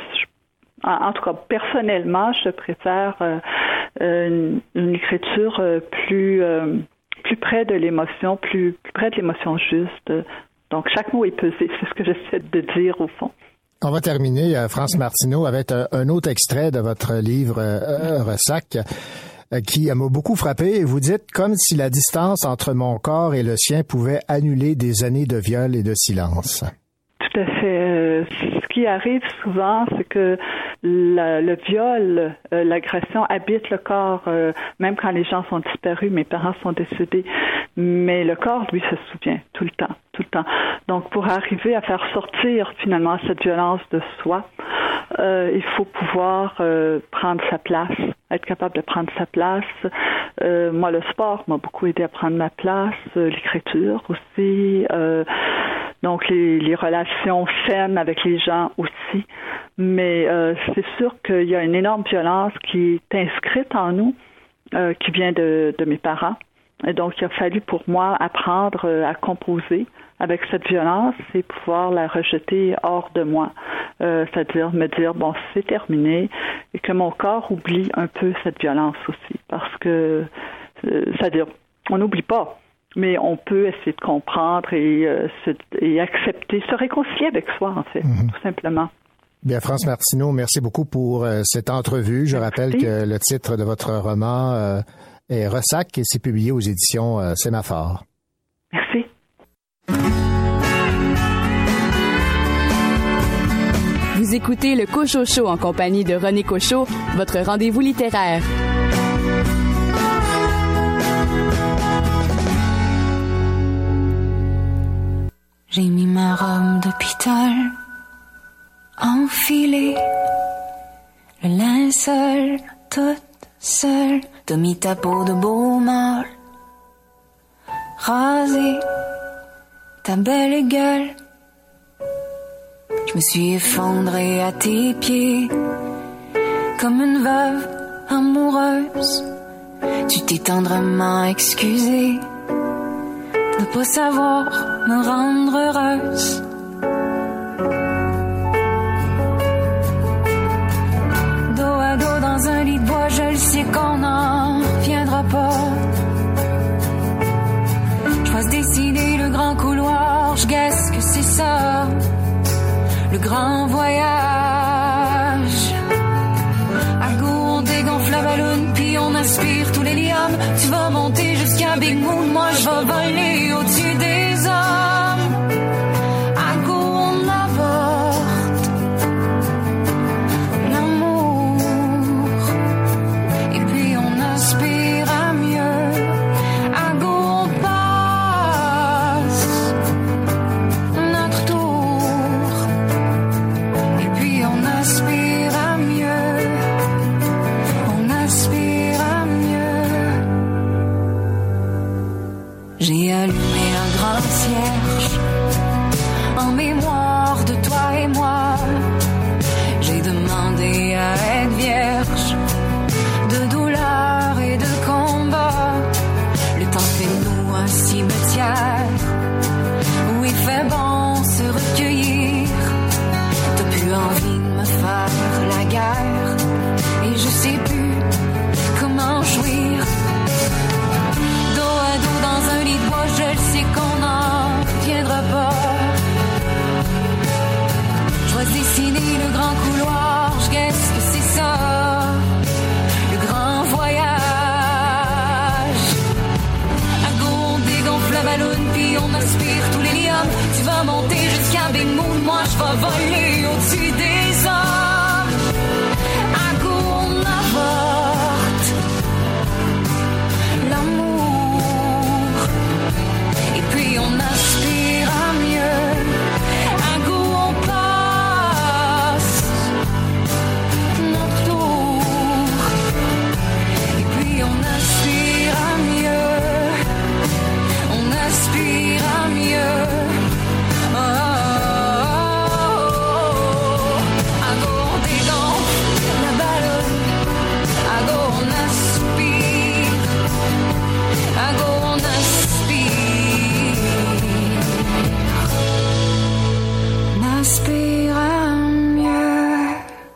En tout cas, personnellement, je préfère une écriture plus près de l'émotion, plus près de l'émotion juste. Donc, chaque mot est pesé. C'est ce que j'essaie de dire, au fond. On va terminer, France Martineau, avec un autre extrait de votre livre Ressac qui m'a beaucoup frappé. Vous dites « Comme si la distance entre mon corps et le sien pouvait annuler des années de viol et de silence ». Tout à fait. Ce qui arrive souvent, c'est que le viol, l'agression habite le corps, même quand les gens sont disparus, mes parents sont décédés, mais le corps, lui, se souvient tout le temps. Donc, pour arriver à faire sortir finalement cette violence de soi, il faut pouvoir prendre sa place, être capable de prendre sa place. Moi, le sport m'a beaucoup aidé à prendre ma place, l'écriture aussi, donc les relations saines avec les gens aussi. Mais c'est sûr qu'il y a une énorme violence qui est inscrite en nous, qui vient de mes parents. Et donc, il a fallu pour moi apprendre à composer avec cette violence et pouvoir la rejeter hors de moi. C'est-à-dire me dire, bon, c'est terminé, et que mon corps oublie un peu cette violence aussi. Parce que, c'est-à-dire, on n'oublie pas, mais on peut essayer de comprendre et accepter, se réconcilier avec soi, en fait, tout simplement. Bien, France Martineau, merci beaucoup pour cette entrevue. Je rappelle que le titre de votre roman est Ressac et c'est publié aux éditions Sémaphore. Merci. Vous écoutez le Cochocho en compagnie de René Cochot, votre rendez-vous littéraire. J'ai mis ma robe d'hôpital, enfilé le linceul toute seule T'as mis ta peau de beau mâle, rasé ta belle gueule. Je me suis effondrée à tes pieds, comme une veuve amoureuse. Tu t'es tendrement excusée de pas savoir me rendre heureuse. Dos à dos dans un lit de bois, je le sais qu'on n'en reviendra pas. Je passe décider le grand couloir, je guesse que c'est ça, le grand voyage. À go, on dégonfle la balloune, puis on aspire tous les liums. Tu vas monter jusqu'à Big Moon, moi je vais voler au-dessus des hommes. À go, on avorte l'amour, et puis on aspire à mieux. À go, on passe notre tour, et puis on aspire à mieux. On aspire à mieux. J'ai allumé un grand cierge en mémoire de toi et moi. J'ai demandé à être vierge de douleur et de combat. Le temps fait de nous un cimetière où il fait bon se recueillir. T'as plus envie de me faire la guerre et je sais plus comment jouir. Dos à dos dans un lit de bois, je le sais qu'on n'en viendra pas. Je vais dessiner le grand couloir, je guesse que c'est ça, le grand voyage. À go, on dégonfle la balloune, puis on aspire tous les liums. Tu vas monter jusqu'à Big Moon, moi je vais voler au-dessus des hommes. À go, on avorte l'amour, et puis on aspire à mieux. À go, on passe notre tour, et puis on aspire à mieux. On aspire à mieux. Oh, oh, oh. À go, on dégonfle la ballonne. À go, on aspire. À go, on aspire. On aspire à mieux.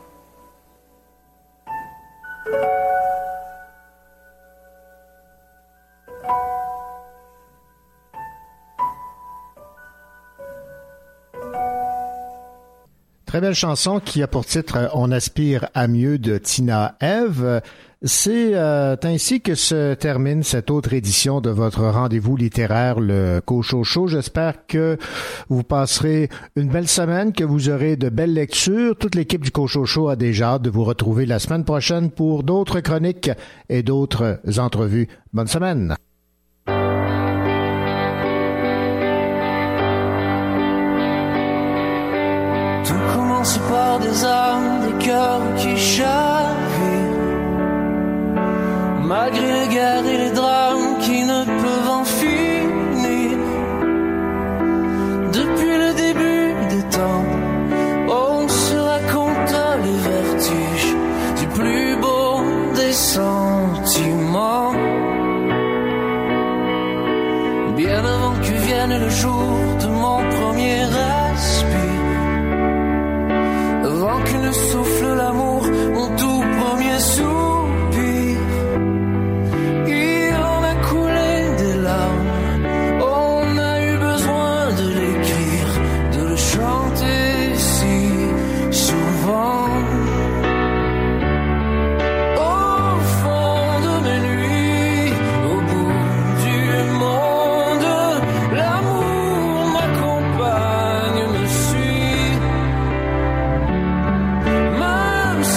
Très belle chanson qui a pour titre « On aspire à mieux » de Tina Eve. C'est ainsi que se termine cette autre édition de votre rendez-vous littéraire, le Cochocho. J'espère que vous passerez une belle semaine, que vous aurez de belles lectures. Toute l'équipe du Cochocho a déjà hâte de vous retrouver la semaine prochaine pour d'autres chroniques et d'autres entrevues. Bonne semaine! Tout commence par des âmes, des cœurs qui chavirent, malgré les guerres et les drames qui ne peuvent en finir. Depuis le début des temps, on se raconte les vertiges du plus beau des sentiments. Bien avant que vienne le jour de mon premier respire, avant que ne souffle l'amour, mon tout premier soupir, il en a coulé des larmes. On a eu besoin de l'écrire, de le chanter si souvent. Au fond de mes nuits, au bout du monde, l'amour m'accompagne, me suit. Même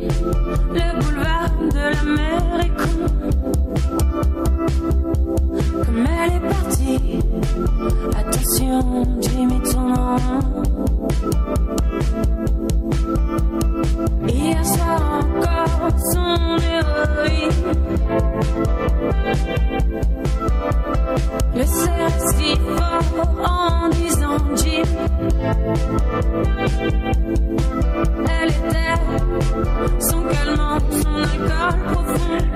le boulevard de la mer est con. Comme elle est partie, attention, Jimmy tourne en rond. Hier soir encore, son héroïne le serre si fort en disant Jim. Elle était son calmant, son alcool profond.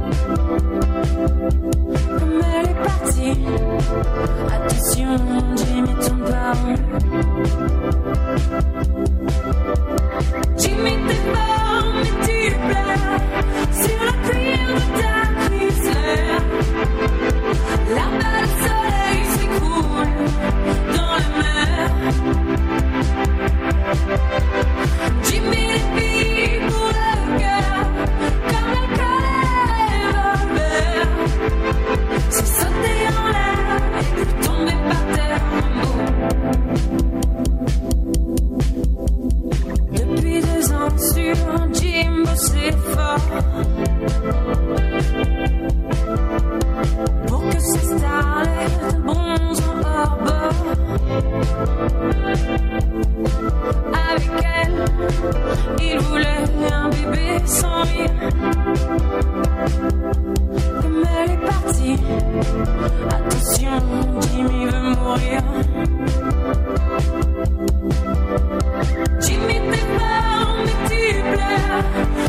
Comme elle est partie, attention, Jimmy tourne pas rond. Jimmy t'es fort, mais tu pleures sur la cuir de ta Chrysler. La balle au soleil s'écoule dans la mer. Jimmy les filles pour le cœur, comme l'alcool et le revolver. C'est sauter en l'air et puis tomber par terre en haut. Depuis 2 ans sur Jimbo c'est fort pour que ces starlets bronzent en hors-bord. Avec elle, il voulait un bébé sans rire. Comme elle est partie, attention, Jimmy veut mourir. Jimmy t'es fort, mais tu pleures